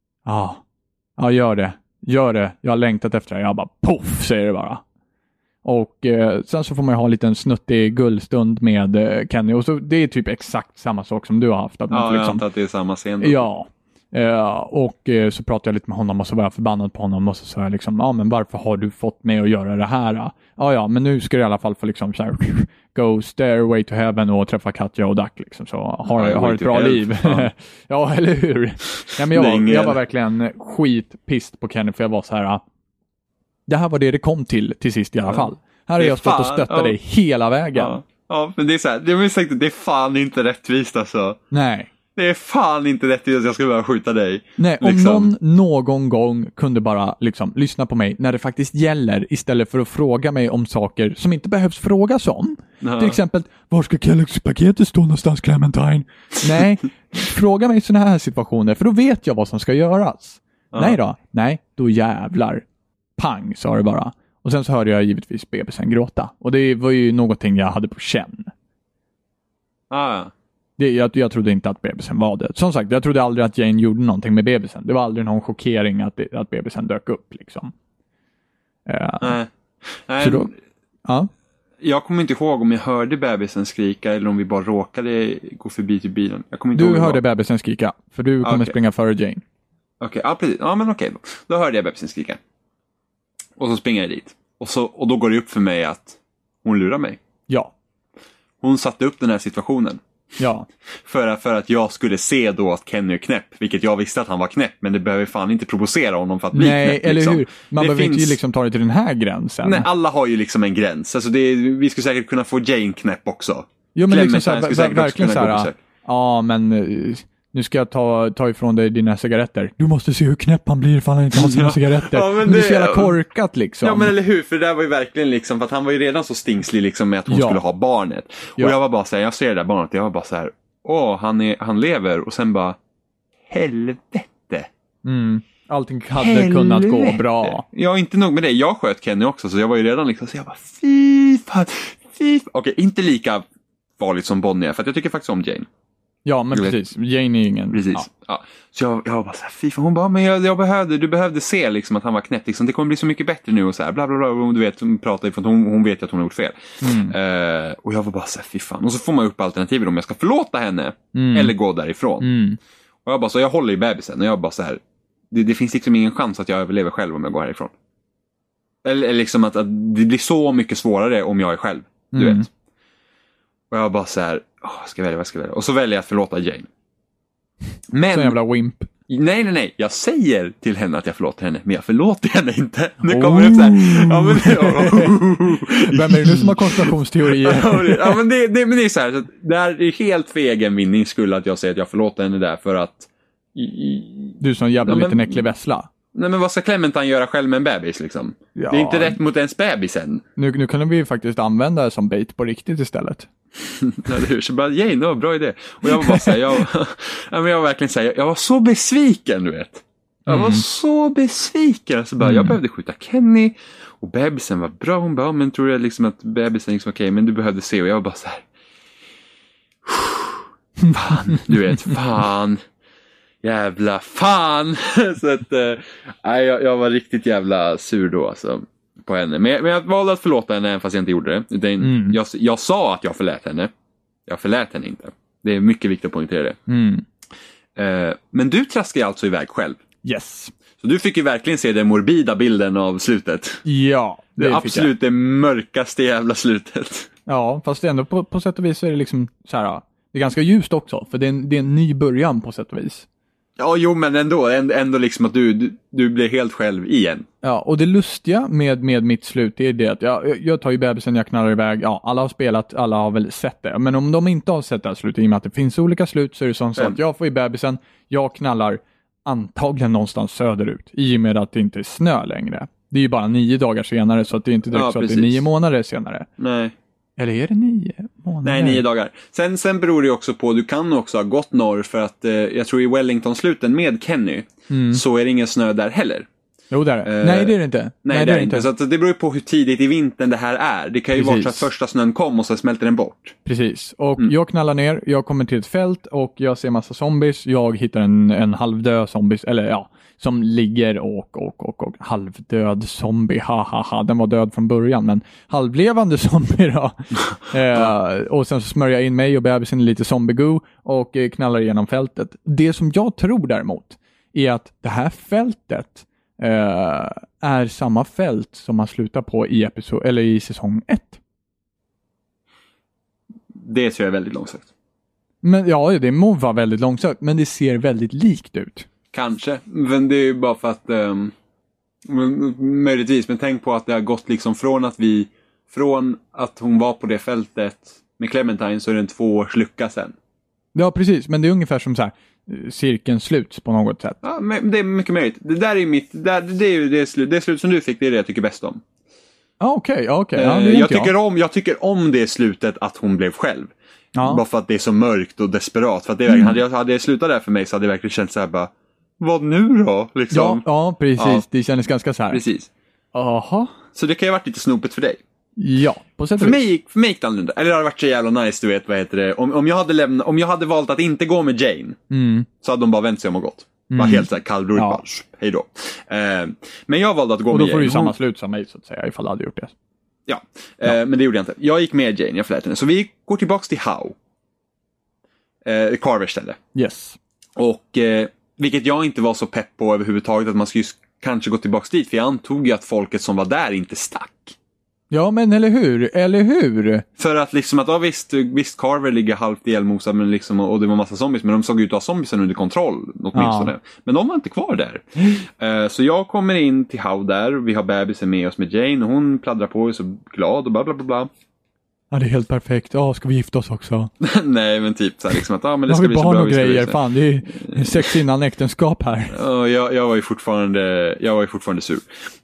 ja gör det, jag har längtat efter det. Jag bara, poff, säger det bara. Och sen så får man ju ha en liten snuttig guldstund med Kenny. Och så det är typ exakt samma sak som du har haft. Att man jag antar att det är samma scen då. Ja. Och så pratade jag lite med honom och så var jag förbannad på honom och så sa jag liksom, men varför har du fått mig att göra det här? Ja, men nu ska du i alla fall få liksom så här, go stairway to heaven och träffa Katja och Duck liksom, så har ett bra liv. Ja, eller hur? Ja, men jag var verkligen skitpist på Kenny, för jag var så här, det här var det kom till sist i alla fall. Här har jag stått och stöttat dig hela vägen. Ja, men det är så här, det är fan inte rättvist alltså. Nej. Det är fan inte rättvist att jag ska behöva skjuta dig. Nej, liksom. Om någon gång kunde bara liksom lyssna på mig när det faktiskt gäller, istället för att fråga mig om saker som inte behövs frågas om. Till exempel, var ska Kellogg's-paketet stå någonstans, Clementine? Nej, fråga mig i såna här situationer, för då vet jag vad som ska göras. Nej, då jävlar. Pang, sa det bara. Och sen så hörde jag givetvis bebisen gråta. Och det var ju någonting jag hade på känn. Jag trodde inte att bebisen var det. Som sagt, jag trodde aldrig att Jane gjorde någonting med bebisen. Det var aldrig någon chockering att bebisen dök upp liksom. Nej. Så då, jag kommer inte ihåg om jag hörde bebisen skrika eller om vi bara råkade gå förbi till bilen. Jag kommer inte ihåg. Du hörde bebisen skrika, för du kommer springa före Jane. Okej, precis. Ja, men okej. Då hörde jag bebisen skrika. Och så springer jag dit. Och då går det upp för mig att hon lurar mig. Ja. Hon satte upp den här situationen. Ja. För att jag skulle se då att Kenny är knäpp, vilket jag visste att han var knäpp, men det behöver fan inte provocera honom för att bli knäpp. Nej, eller liksom. Hur? Man behöver inte liksom ta det till den här gränsen. Nej, alla har ju liksom en gräns. Alltså vi skulle säkert kunna få Jane knäpp också. Jo, men liksom så här, verkligen så här, men nu ska jag ta ifrån dig dina cigaretter. Du måste se hur knäpp han blir ifall han inte har sina cigaretter. Ja, men det är så jävla korkat liksom. Ja, men eller hur? För det där var ju verkligen liksom, för att han var ju redan så stingslig liksom med att hon skulle ha barnet. Och jag var bara så här, jag ser det där barnet, jag var bara så här, han lever. Och sen bara, helvete. Allting hade kunnat gå bra. Ja, inte nog med det. Jag sköt Kenny också, så jag var ju redan liksom, så jag bara, fy fan. Okej, inte lika farligt som Bonnie, för att jag tycker faktiskt om Jane. Ja, men precis. Jane är ingen... Precis. Ja. Så jag var bara så här, fy fan. Hon bara, men du behövde se liksom att han var knäpp. Liksom. Det kommer bli så mycket bättre nu och så här. Bla bla bla. Och du vet, hon pratar ju för att hon vet ju att hon har gjort fel. Och jag var bara så här, fy fan. Och så får man upp alternativet om jag ska förlåta henne eller gå därifrån. Och jag bara så, jag håller i bebisen och jag bara så här, det finns liksom ingen chans att jag överlever själv om jag går härifrån. Eller liksom att det blir så mycket svårare om jag är själv. Du vet. Och jag bara så här, ska jag välja? Och så väljer jag att förlåta Jane. Men... Så jävla wimp. Nej. Jag säger till henne att jag förlåter henne, men jag förlåter henne inte. Nu kommer det så här. Ja, men vem är det nu som har konspirationsteorier? Ja, men det är så här. Så det är helt för egen vinnings skull att jag säger att jag förlåter henne där för att... Du är sån jävla liten äcklig vessla. Nej, men vad ska Clementine göra själv med en bebis liksom? Ja. Det är inte rätt mot ens bebisen. Nu kan vi faktiskt använda det som bait på riktigt istället. Så bara, Jane, bra idé. Och jag var bara såhär, jag var verkligen såhär, jag var så besviken, du vet. Jag var så besviken. Alltså bara, jag behövde skjuta Kenny. Och bebisen var bra. Hon bara, men tror jag liksom att bebisen liksom okej, men du behövde se. Och jag var bara såhär, fan, du vet, fan. Jävla fan. Så att jag var riktigt jävla sur då alltså, på henne. Men jag valde att förlåta henne även fast jag inte gjorde det. Jag sa att jag förlät henne. Jag förlät henne inte. Det är mycket viktigt att poängtera det. Men du traskade alltså iväg själv. Yes. Så du fick ju verkligen se den morbida bilden av slutet. Ja. Det absolut det mörkaste jävla slutet. Ja, fast ändå på sätt och vis så är det liksom så här. Det är ganska ljust också. För det är en ny början på sätt och vis. Ja, jo, men ändå liksom att du blir helt själv igen. Ja, och det lustiga med mitt slut är det att jag tar ju bebisen, jag knallar iväg. Ja, alla har spelat, alla har väl sett det. Men om de inte har sett det här slutet, i och med att det finns olika slut, så är det så att jag får ju bebisen, jag knallar antagligen någonstans söderut. I och med att det inte är snö längre. Det är ju bara 9 dagar senare, så att det är inte direkt så att det är 9 månader senare. Nej. Eller är det 9 månader? Nej, 9 dagar. Sen beror det också på, du kan också ha gått norr för att jag tror i Wellington-sluten med Kenny så är det ingen snö där heller. Jo, där är det. Nej, det är det inte. Nej, det är inte. Så att det beror ju på hur tidigt i vintern det här är. Det kan ju vara så att första snön kom och så smälter den bort. Precis. Och jag knallar ner, jag kommer till ett fält och jag ser massa zombies. Jag hittar en halvdöd zombies, eller ja, som ligger och halvdöd zombie. Hahaha, den var död från början, men halvlevande zombie då. Och sen så smörjer jag in mig och bebisen i lite zombie-goo och knallar igenom fältet. Det som jag tror däremot är att det här fältet är samma fält som man slutar på i säsong 1. Det tror jag är väldigt långsökt. Men ja, det må vara väldigt långsökt, men det ser väldigt likt ut. Kanske, men det är ju bara för att möjligtvis, men tänk på att det har gått liksom från att hon var på det fältet med Clementine, så är det en 2 års lucka sen. Ja, precis, men det är ungefär som så här cirkeln sluts på något sätt. Ja, men det är mycket möjligt. Det där är det är ju det slut som du fick, det är det jag tycker bäst om. Okej. Ja, jag tycker om det slutet att hon blev själv. Ja. Bara för att det är så mörkt och desperat. För att det verkligen, hade jag slutat där för mig så hade det verkligen känts så här bara, vad nu då? Liksom. Ja, precis. Ja. Det kändes ganska så här. Precis. Aha. Så det kan ju ha varit lite snopet för dig. Ja, på sätt och vis. För mig gick det annorlunda. Eller det hade varit så jävla nice, du vet, vad heter det. Om jag hade valt att inte gå med Jane, så hade de bara vänt sig om och gått. Bara helt så här kallblodigt, bara, hej då. Men jag valde att gå med Jane. Och då får du ju samma slut som mig, så att säga, ifall jag hade gjort det. Ja, men det gjorde jag inte. Jag gick med Jane, jag förlät henne. Så vi går tillbaks till Howe. Carvers ställe. Yes. Och vilket jag inte var så pepp på överhuvudtaget, att man skulle kanske gå tillbaks dit. För jag antog ju att folket som var där inte stack. Ja, men eller hur? För att liksom att, visst Carver ligger halvt ihjälmosad, men liksom, och det var massa zombies, men de såg ut att ha zombiesen under kontroll åtminstone. Men de var inte kvar där. Så jag kommer in till Howe där, vi har bebisen med oss med Jane, och hon pladdrar på och är så glad och bla bla bla bla. Ja, det är helt perfekt. Ja, ska vi gifta oss också? Nej, men typ så här, liksom att men det Då ska har vi bli så barn bra. och grejer. Fan, det är sex innan äktenskap här. Ja, jag var ju fortfarande sur.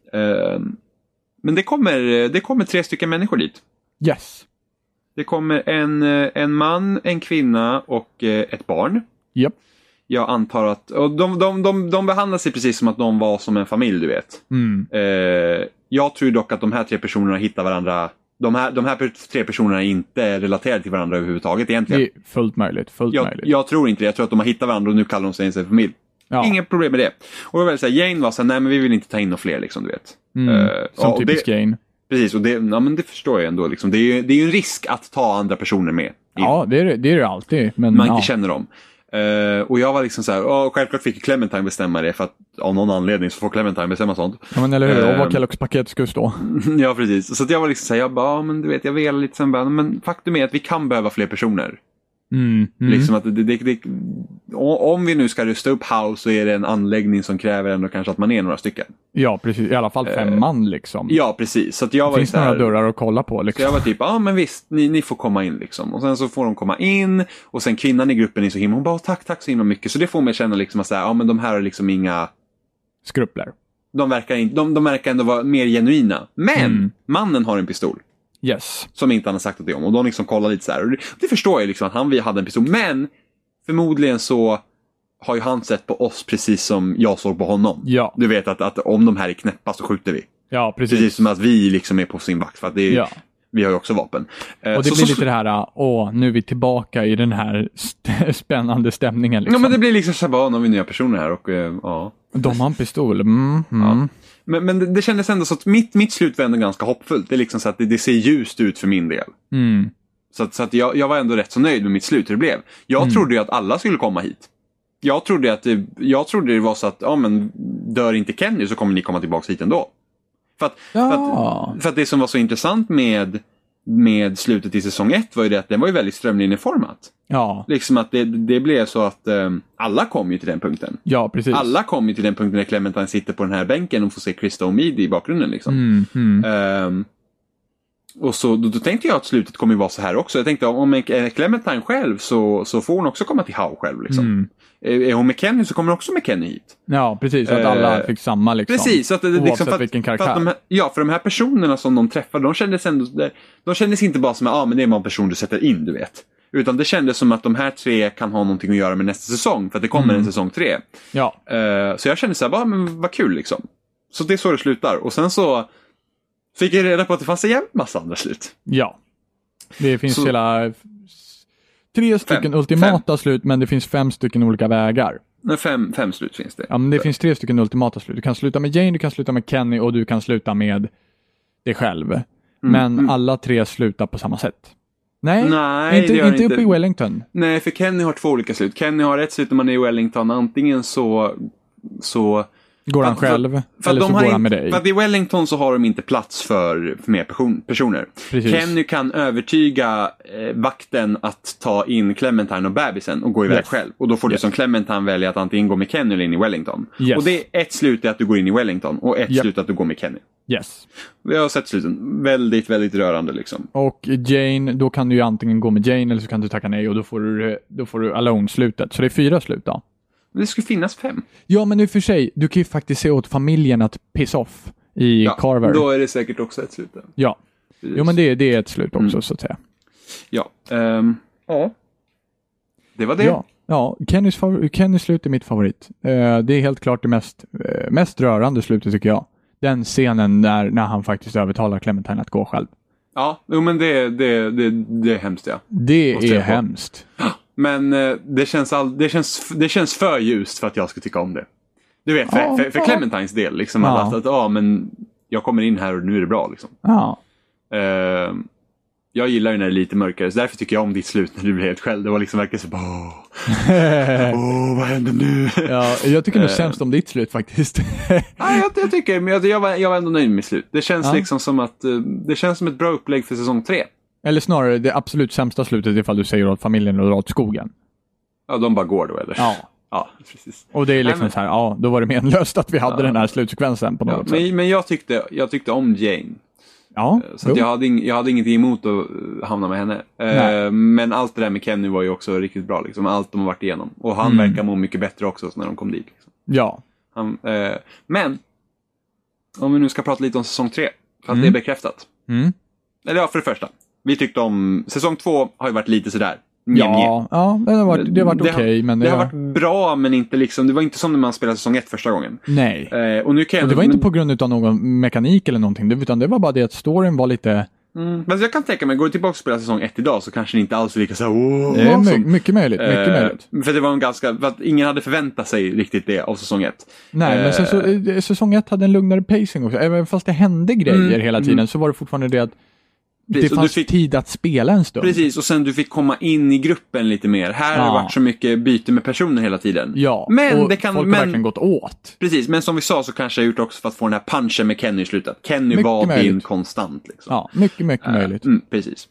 Men det kommer 3 stycken människor dit. Yes. Det kommer en man, en kvinna och ett barn. Japp. Jag antar att och de behandlar sig precis som att de var som en familj, du vet. Jag tror dock att de här 3 personerna hittar varandra. De här 3 personerna är inte relaterade till varandra överhuvudtaget egentligen. Det är fullt möjligt. Jag tror inte det. Jag tror att de har hittat varandra och nu kallar de sig en familj. Ja. Inget problem med det. Och jag vill säga, Jane var så här, nej men vi vill inte ta in några fler liksom, du vet. Som typisk Jane. Precis, och men det förstår jag ändå liksom. Det är ju en risk att ta andra personer med. Ja, det är det alltid. Men man inte känner dem. Och jag var liksom så här, självklart fick Clementine bestämma det, för att av någon anledning så får Clementine bestämma sånt. Ja, men eller hur, och vad Kellogg's paket skulle stå. Ja, precis. Så att jag var liksom så här, jag bara, men du vet, jag velar lite sen bara, men faktum är att vi kan behöva fler personer. Liksom att om vi nu ska rusta upp House så är det en anläggning som kräver ändå kanske att man är några stycken. Ja, precis. I alla fall 5 man liksom. Ja, precis. Så att jag var finns så här, några dörrar att kolla på liksom. Så jag var typ, men visst, ni får komma in liksom. Och sen så får de komma in. Och sen kvinnan i gruppen är så himla, hon bara, tack så himla mycket. Så det får mig känna liksom att säga, men de här är liksom inga skrupler. De verkar ändå vara mer genuina. Men mannen har en pistol. Yes. Som inte han har sagt att det är om. Och de liksom kollar lite så här. Och det förstår jag liksom att han hade en pistol. Men förmodligen så har ju han sett på oss precis som jag såg på honom. Ja. Du vet att om de här är knäppa så skjuter vi. Ja, precis. Precis som att vi liksom är på sin vakt. För att det är, vi har ju också vapen. Och det blir lite det här, nu är vi tillbaka i den här spännande stämningen. Liksom. Ja, men det blir liksom så här, när vi är nya personer här. Och, ja. De har en pistol. Ja. Men det kändes ändå så att mitt slut var ändå ganska hoppfullt. Det är liksom så att det ser ljust ut för min del. Så att jag var ändå rätt så nöjd med mitt slut hur det blev. Jag trodde ju att alla skulle komma hit. Jag trodde det var så att, men dör inte Kenny så kommer ni komma tillbaka hit ändå. För att det som var så intressant med slutet i säsong 1 var ju det att den var ju väldigt strömlinjeformat. Ja. Liksom att det blev så att alla kom ju till den punkten. Ja, precis. Alla kom ju till den punkten när Clementine sitter på den här bänken och får se Krista och Mead i bakgrunden liksom. Och så då tänkte jag att slutet kommer ju vara så här också. Jag tänkte om Clementine själv så får hon också komma till Howe själv liksom. Är hon med Kenny så kommer också med Kenny hit. Ja, precis. Så att alla fick samma liksom. Precis. Så att det, oavsett liksom, för vilken karaktär. För de här personerna som de träffade, de kändes inte bara som men det är en person du sätter in, du vet. Utan det kändes som att de här 3 kan ha någonting att göra med nästa säsong. För att det kommer en säsong 3. Ja. Så jag kände så här, men vad kul liksom. Så det är så det slutar. Och sen så fick jag reda på att det fanns en jävla massa andra slut. Ja. Det finns hela 3 stycken ultimata slut, men det finns 5 stycken olika vägar. Nej, 5 slut finns det. Ja, men det finns 3 stycken ultimata slut. Du kan sluta med Jane, du kan sluta med Kenny och du kan sluta med dig själv. Men alla 3 slutar på samma sätt. Nej, inte uppe i Wellington. Nej, för Kenny har 2 olika slut. Kenny har ett slut när man är i Wellington. Antingen så går han själv, eller så går han med dig. För att i Wellington så har de inte plats för mer personer. Precis. Kenny kan övertyga vakten att ta in Clementine och bebisen och gå iväg själv. Och då får du som Clementine välja att antingen gå med Kenny eller in i Wellington. Och det är ett slut är att du går in i Wellington och ett slut att du går med Kenny. Yes. Vi har sett sluten. Väldigt, väldigt rörande liksom. Och Jane, då kan du ju antingen gå med Jane eller så kan du tacka nej och då får du Alone-slutet. Så det är 4 slut då. Det skulle finnas 5. Ja, men i och för sig, du kan ju faktiskt se åt familjen att piss off i Carver. Då är det säkert också ett slut. Ja. Jo, men det är ett slut också, så att säga. Ja. Det var det. Ja. Kennys slut är mitt favorit. Det är helt klart det mest rörande slutet, tycker jag. Den scenen när han faktiskt övertalar Clementine att gå själv. Ja, men det är hemskt, ja. Det är hemskt. Men det känns för ljust för att jag ska tycka om det. Du vet, för Clementines del. Liksom, att men jag kommer in här och nu är det bra. Liksom. Ja. Jag gillar ju när det är lite mörkare. Så därför tycker jag om ditt slut när du blir helt själv. Det var liksom verkligen så vad händer nu? Ja, jag tycker nog sämst om ditt slut faktiskt. Jag tycker, men jag var ändå nöjd med mitt slut. Det känns liksom som att det känns som ett bra upplägg för säsong 3. Eller snarare det absolut sämsta slutet ifall du säger åt familjen och åt skogen. Ja, de bara går då, eller? Ja, precis. Och det är liksom så här, då var det menlöst att vi hade den här slutsekvensen på något sätt. Men jag tyckte om Jane. Ja, så att jag hade ingenting emot att hamna med henne. Men allt det där med Kenny var ju också riktigt bra. Liksom. Allt de har varit igenom. Och han verkar må mycket bättre också när de kom dit. Liksom. Ja. Men om vi nu ska prata lite om säsong 3. För att det är bekräftat. Eller ja, för det första. Vi tyckte om... Säsong 2 har ju varit lite sådär. Ja, det har varit okej. Men det har varit bra, men inte liksom... Det var inte som när man spelade säsong 1 första gången. Nej. Och det var inte på grund av någon mekanik eller någonting. Utan det var bara det att storyn var lite... Men jag kan tänka mig, går du tillbaka och spelar säsong 1 idag så kanske det inte alls är lika så det är mycket möjligt. För det var för att ingen hade förväntat sig riktigt det av säsong 1. Nej, men säsong 1 hade en lugnare pacing också. Även fast det hände grejer hela tiden så var det fortfarande det att det fanns tid att spela en stund. Precis, och sen du fick komma in i gruppen lite mer. Här har det varit så mycket byte med personer hela tiden. Ja, men och folk har verkligen gått åt. Precis, men som vi sa så kanske jag gjort också för att få den här punchen med Kenny i slutet. Kenny mycket var möjligt. Din konstant. Liksom. Ja, mycket möjligt. Precis.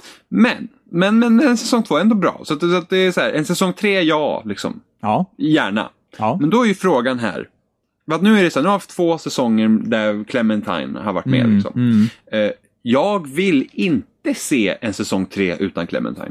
Men säsong 2 är ändå bra. Så att det är så här, en säsong 3, ja, liksom. Ja. Gärna. Ja. Men då är ju frågan här. Att nu är det så här, nu har vi haft 2 säsonger där Clementine har varit med. Liksom. Jag vill inte se en säsong 3 utan Clementine.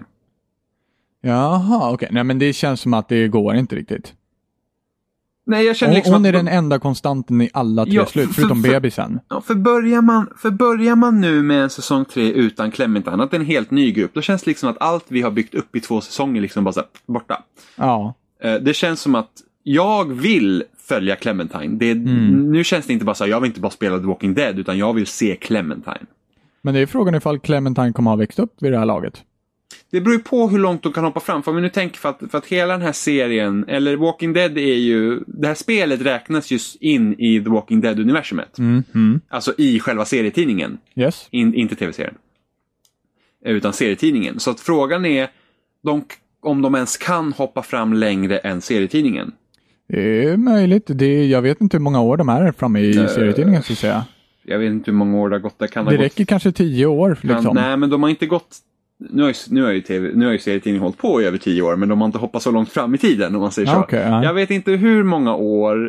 Jaha, okej. Nej, men det känns som att det går inte riktigt. Nej, jag känner liksom hon är den enda konstanten i alla 3 slut, förutom bebisen. Ja, för börjar man nu med en säsong 3 utan Clementine, att det är en helt ny grupp, då känns det liksom att allt vi har byggt upp i 2 säsonger liksom bara så här, borta. Ja. Det känns som att jag vill följa Clementine. Nu känns det inte bara så här, jag vill inte bara spela The Walking Dead, utan jag vill se Clementine. Men det är frågan ifall Clementine kommer ha växt upp vid det här laget. Det beror ju på hur långt de kan hoppa fram. För om vi nu tänker för att hela den här serien, eller Walking Dead är ju, det här spelet räknas just in i The Walking Dead-universumet. Alltså i själva serietidningen. Yes. Inte tv-serien. Utan serietidningen. Så att frågan är om de ens kan hoppa fram längre än serietidningen. Det är möjligt. Jag vet inte hur många år de är framme i serietidningen, så att säga. Jag vet inte hur många år det har gått. Det räcker kanske 10 år. Liksom. Nej, men de har inte gått... Nu har ju serietidningen hållit på i över 10 år, men de har inte hoppat så långt fram i tiden, om man säger så. Okay, ja. Jag vet inte hur många år...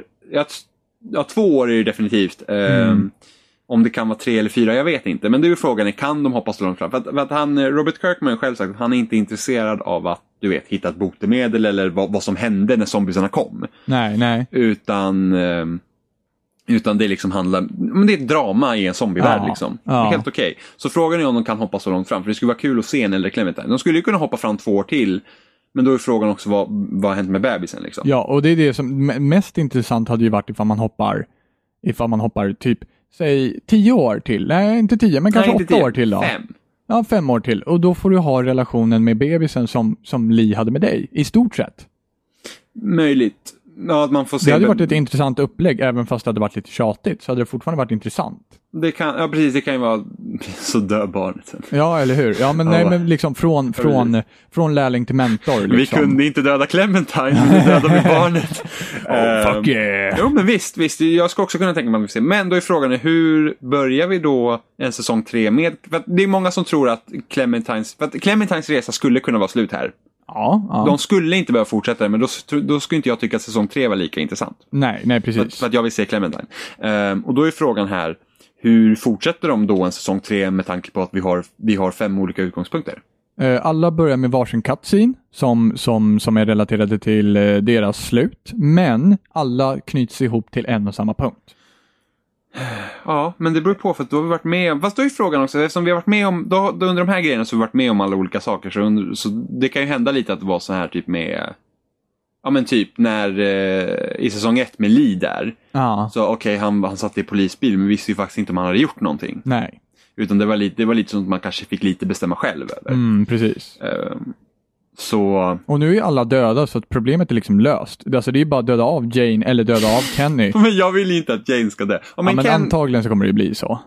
2 år är det definitivt. Om det kan vara 3 eller 4, jag vet inte. Men det är ju frågan, kan de hoppa så långt fram? För att Robert Kirkman själv sagt att han är inte intresserad av att, hitta ett botemedel eller vad som hände när zombiesarna kom. Nej. Utan det liksom men det är ett drama i en zombievärld liksom. Det är helt okej. Så frågan är om de kan hoppa så långt fram, för det skulle vara kul att se en äldre Clementine. De skulle ju kunna hoppa fram 2 år till, men då är frågan också vad har hänt med bebisen liksom. Ja, och det är det som mest intressant hade ju varit ifall man hoppar typ, säg 10 år till. Nej, inte 10, men kanske 8 år till då. 5. Ja, 5 år till. Och då får du ha relationen med bebisen som Lee hade med dig, i stort sett. Möjligt. Ja, att man får se. Det hade varit ett intressant upplägg, även fast det hade varit lite tjatigt, så hade det fortfarande varit intressant. Precis, det kan ju vara så dör barnet. Ja, eller hur? Ja, men nej, men liksom från lärling till mentor. Liksom. Vi kunde inte döda Clementine, vi dödade med barnet. Fuck yeah! Jo, men visst, jag ska också kunna tänka mig att vi ser. Men då är frågan, hur börjar vi då en säsong 3 med? För det är många som tror att Clementines resa skulle kunna vara slut här. Ja. De skulle inte behöva fortsätta, men då skulle inte jag tycka att säsong 3 var lika intressant. Nej, precis. För att jag vill se Clementine. Och då är frågan här, hur fortsätter de då en säsong 3 med tanke på att vi har 5 olika utgångspunkter? Alla börjar med varsin cutscene som är relaterade till deras slut, men alla knyts ihop till en och samma punkt. Ja, men det beror på, för att då har vi varit med om, fast då är frågan också, eftersom vi har varit med om, då under de här grejerna så har vi varit med om alla olika saker, så det kan ju hända lite att det var så här typ med, ja men typ när i säsong 1 med Lee där, så okej, han satt i polisbil, men visste ju faktiskt inte om han hade gjort någonting. Nej. Utan det var lite sånt att man kanske fick lite bestämma själv över. Precis. Så... Och nu är alla döda, så att problemet är liksom löst. Alltså det är bara att döda av Jane eller döda av Kenny. Men jag vill inte att Jane ska dö. Men antagligen så kommer det bli så.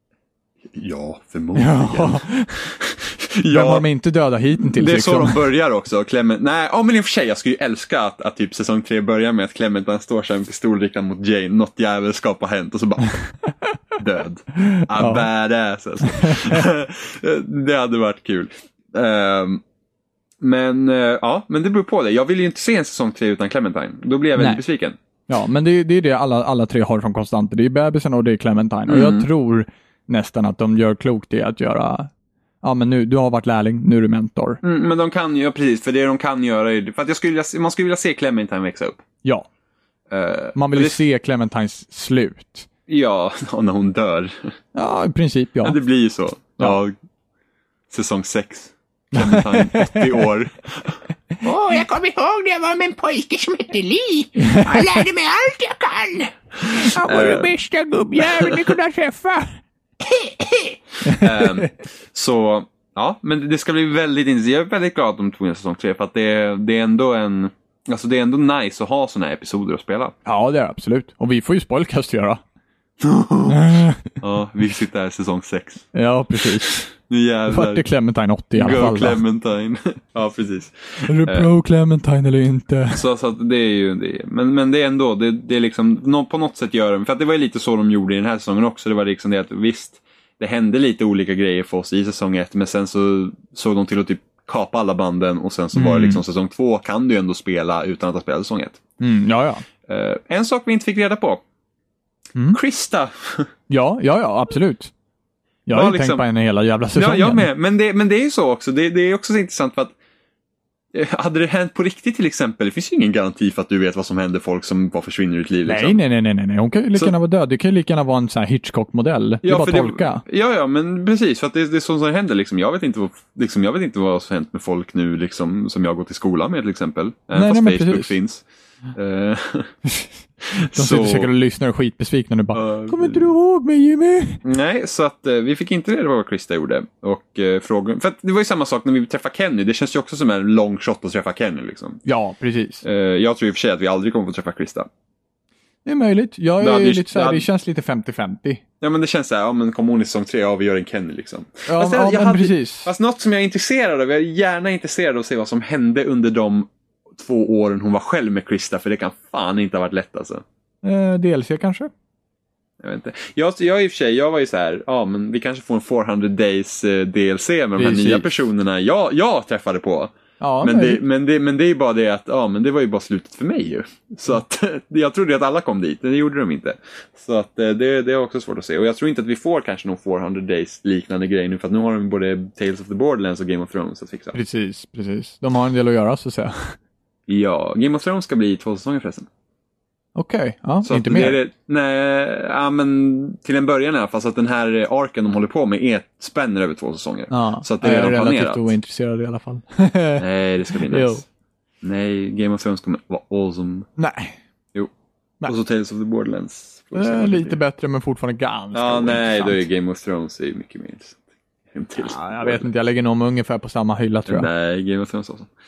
Ja, förmodligen. Vem har de inte döda hittills? Det är så de börjar också. Nej, men i och för sig, jag skulle ju älska att typ säsong 3 börjar med att Clementine står sig med pistol riktad mot Jane. Något jävelskap har hänt och så bara död. Badass alltså. Det hade varit kul. Men det beror på det. Jag vill ju inte se en säsong 3 utan Clementine. Då blir jag väldigt besviken. Ja, men det är det alla 3 har som konstanter. Det är bebisen och det är Clementine. Och jag tror nästan att de gör klokt i att göra, ja men nu, du har varit lärling, nu är du mentor. Men de kan ju, precis, för det de kan göra är, för att man skulle vilja se Clementine växa upp. Ja. Man vill ju se Clementines slut. Ja, när hon dör. Ja, i princip ja. Ja, det blir ju så. Ja. Säsong 6. Clementine, 80 år. Jag kommer ihåg när jag var med en pojke som hette Lee. Han lärde mig allt jag kan. Han var den bästa gubbjäveln ni kunde träffa. Så, ja, men det ska bli väldigt intressant. Jag är väldigt glad att de tog in säsong 3 för att det är ändå alltså det är ändå nice att ha såna här episoder att spela. Ja, det är absolut. Och vi får ju spoilcast göra. Ja, vi sitter här i säsong 6. Ja, precis. Nu jävlar. Vart är Clementine 80 i alla fall? Go Clementine. Ja, precis. Är du pro Clementine eller inte? Så att det är ju det. Men det är ändå, det är liksom på något sätt gör de. För att det var ju lite så de gjorde i den här säsongen också. Det var liksom det att visst, det hände lite olika grejer för oss i säsong 1. Men sen så såg de till att typ kapa alla banden. Och sen så var det liksom säsong 2 kan du ju ändå spela utan att ha spelat säsong 1. Ja. En sak vi inte fick reda på. Krista. Ja, absolut. Jag har ju tänkt på henne hela jävla säsongen. Ja, jag med. Men det är ju så också. Det är också så intressant för att hade det hänt på riktigt till exempel, det finns ju ingen garanti för att du vet vad som händer folk som bara försvinner ur ditt liv. Liksom. Nej. Hon kan ju lika gärna vara död. Det kan ju lika gärna vara en sån här Hitchcock-modell. Det är bara tolka. Ja, men precis. För att det är sånt som händer. Liksom. Jag vet inte vad som hänt med folk nu liksom, som jag går till skolan med till exempel. Fast Facebook precis. Finns. De sitter säkert och lyssnar och skitbesvikna nu bara, kommer inte du ihåg mig Jimmy? Nej, så att vi fick inte reda på vad Krista gjorde. Och frågan, för att det var ju samma sak när vi träffade Kenny. Det känns ju också som en lång shot att träffa Kenny liksom. Ja, precis. Jag tror i och för sig att vi aldrig kommer få träffa Krista. Det är möjligt. Jag är lite såhär, det känns lite 50-50. Ja, men det känns såhär, ja men kommer hon i säsong 3, ja vi gör en Kenny liksom. Ja, men precis. Fast något som jag är intresserad av, jag är gärna intresserad av att se vad som hände under de 2 åren hon var själv med Krista, för det kan fan inte ha varit lätt alltså. DLC kanske? Jag vet inte. Jag i och för sig, jag var ju så här, ja men vi kanske får en 400 Days DLC med de här nya personerna jag träffade på. Ja, men det är ju bara det att, ja men det var ju bara slutet för mig ju. Så att jag trodde att alla kom dit, det gjorde de inte. Så att det är också svårt att se. Och jag tror inte att vi får kanske någon 400 Days liknande grej nu, för att nu har de både Tales of the Borderlands och Game of Thrones att fixa. Precis. De har en del att göra så att säga. Ja, Game of Thrones ska bli 2 säsonger förresten. Okej, ja, så inte mer. Nej, men till en början i alla fall, så att den här arken de håller på med spänner över 2 säsonger. Ja, så att det är redan planerat. Jag är relativt ointresserad i alla fall. Nej, det ska bli nice. Nej, Game of Thrones kommer vara awesome. Nej. Jo. Nej. Och så Tales of the Borderlands. Lite bättre, men fortfarande ganska nej, då är Game of Thrones är mycket mer intressant. Ja, jag vet inte, jag lägger nog ungefär på samma hylla tror jag. Nej, Game of Thrones också.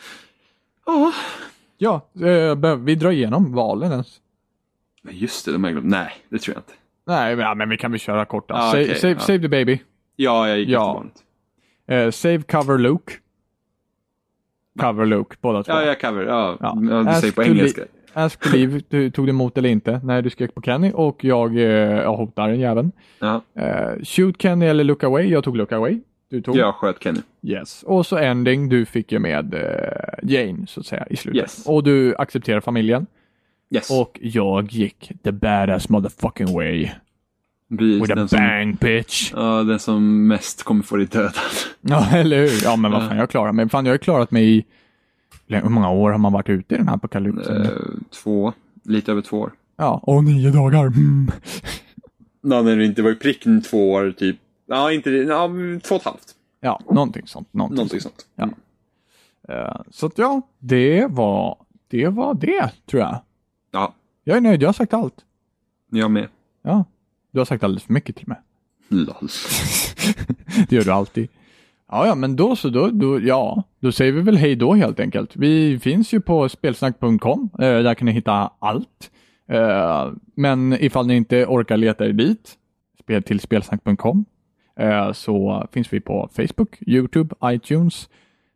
Ja, vi drar igenom valen ens. Just det, nej, det tror jag inte. Nej, men vi kan väl köra kort. Okay, save the baby. Ja, jag gick efter barnet. Save cover Luke. Cover Luke, båda två. Ja, jag cover. Ja. Du säger på engelska. Ask to leave, du tog det emot eller inte. Nej, du skrek på Kenny och jag hotar den jäveln. Ja. Shoot Kenny eller look away. Jag tog look away. Du tog. Jag sköt Kenny. Yes. Och så ending, du fick ju med Jane så att säga i slutet. Yes. Och du accepterar familjen. Yes. Och jag gick the badass motherfucking way. With a bang bitch. Ja, den som mest kommer få dig dödad. Ja, eller hur? Ja, men vad fan, jag klarar mig. Fan, jag har klarat mig i... Hur många år har man varit ute i den här apokalypsen? 2. Lite över 2 år. Ja, och 9 dagar. Nej, det inte var ju prick 2 år typ. Ja, inte 2,5. Ja, någonting sånt. Någonting sånt. Ja. Så att ja, det var det, tror jag. Ja. Jag är nöjd, jag har sagt allt. Jag med. Ja, du har sagt alldeles för mycket till mig. Lol. Det gör du alltid. Ja, men då säger vi väl hej då helt enkelt. Vi finns ju på spelsnack.com. Där kan ni hitta allt. Men ifall ni inte orkar leta er dit till spelsnack.com så finns vi på Facebook, YouTube, iTunes.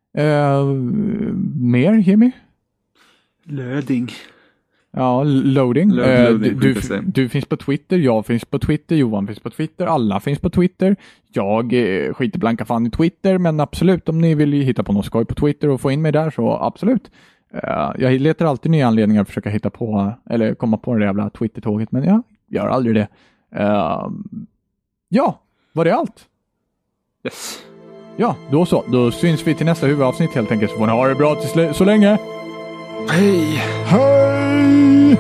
Mer, Jimmy? Loading. Ja, loading. Du finns på Twitter, jag finns på Twitter, Johan finns på Twitter, alla finns på Twitter. Jag skiter blanka fan i Twitter, men absolut, om ni vill hitta på något skoj på Twitter och få in mig där, så absolut. Jag letar alltid nya anledningar att försöka hitta på, eller komma på det jävla Twitter-tåget, men jag gör aldrig det. Ja, Var det allt? Yes. Ja, då så. Då syns vi till nästa huvudavsnitt helt enkelt. Så får ni ha det bra så länge. Hej! Hej!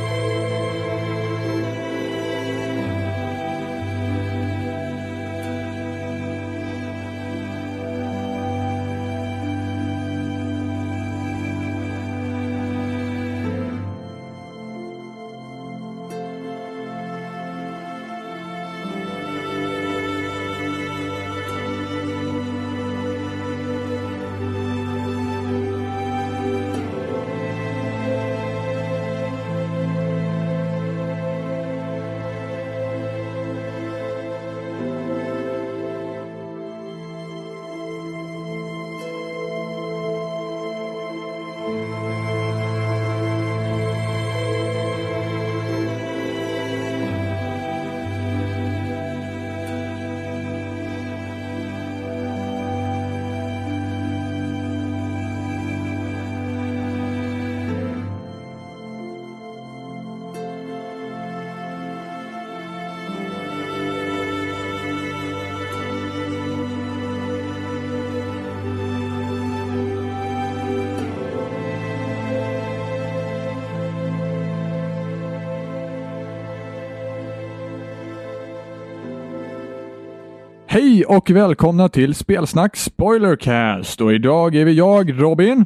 Hej och välkomna till Spelsnack Spoilercast. Och idag är vi jag, Robin.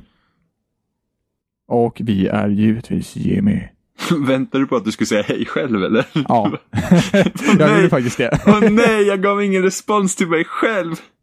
Och vi är givetvis Jimmy. Väntar du på att du skulle säga hej själv, eller? Ja, jag gjorde faktiskt det. Åh nej, jag gav ingen respons till mig själv.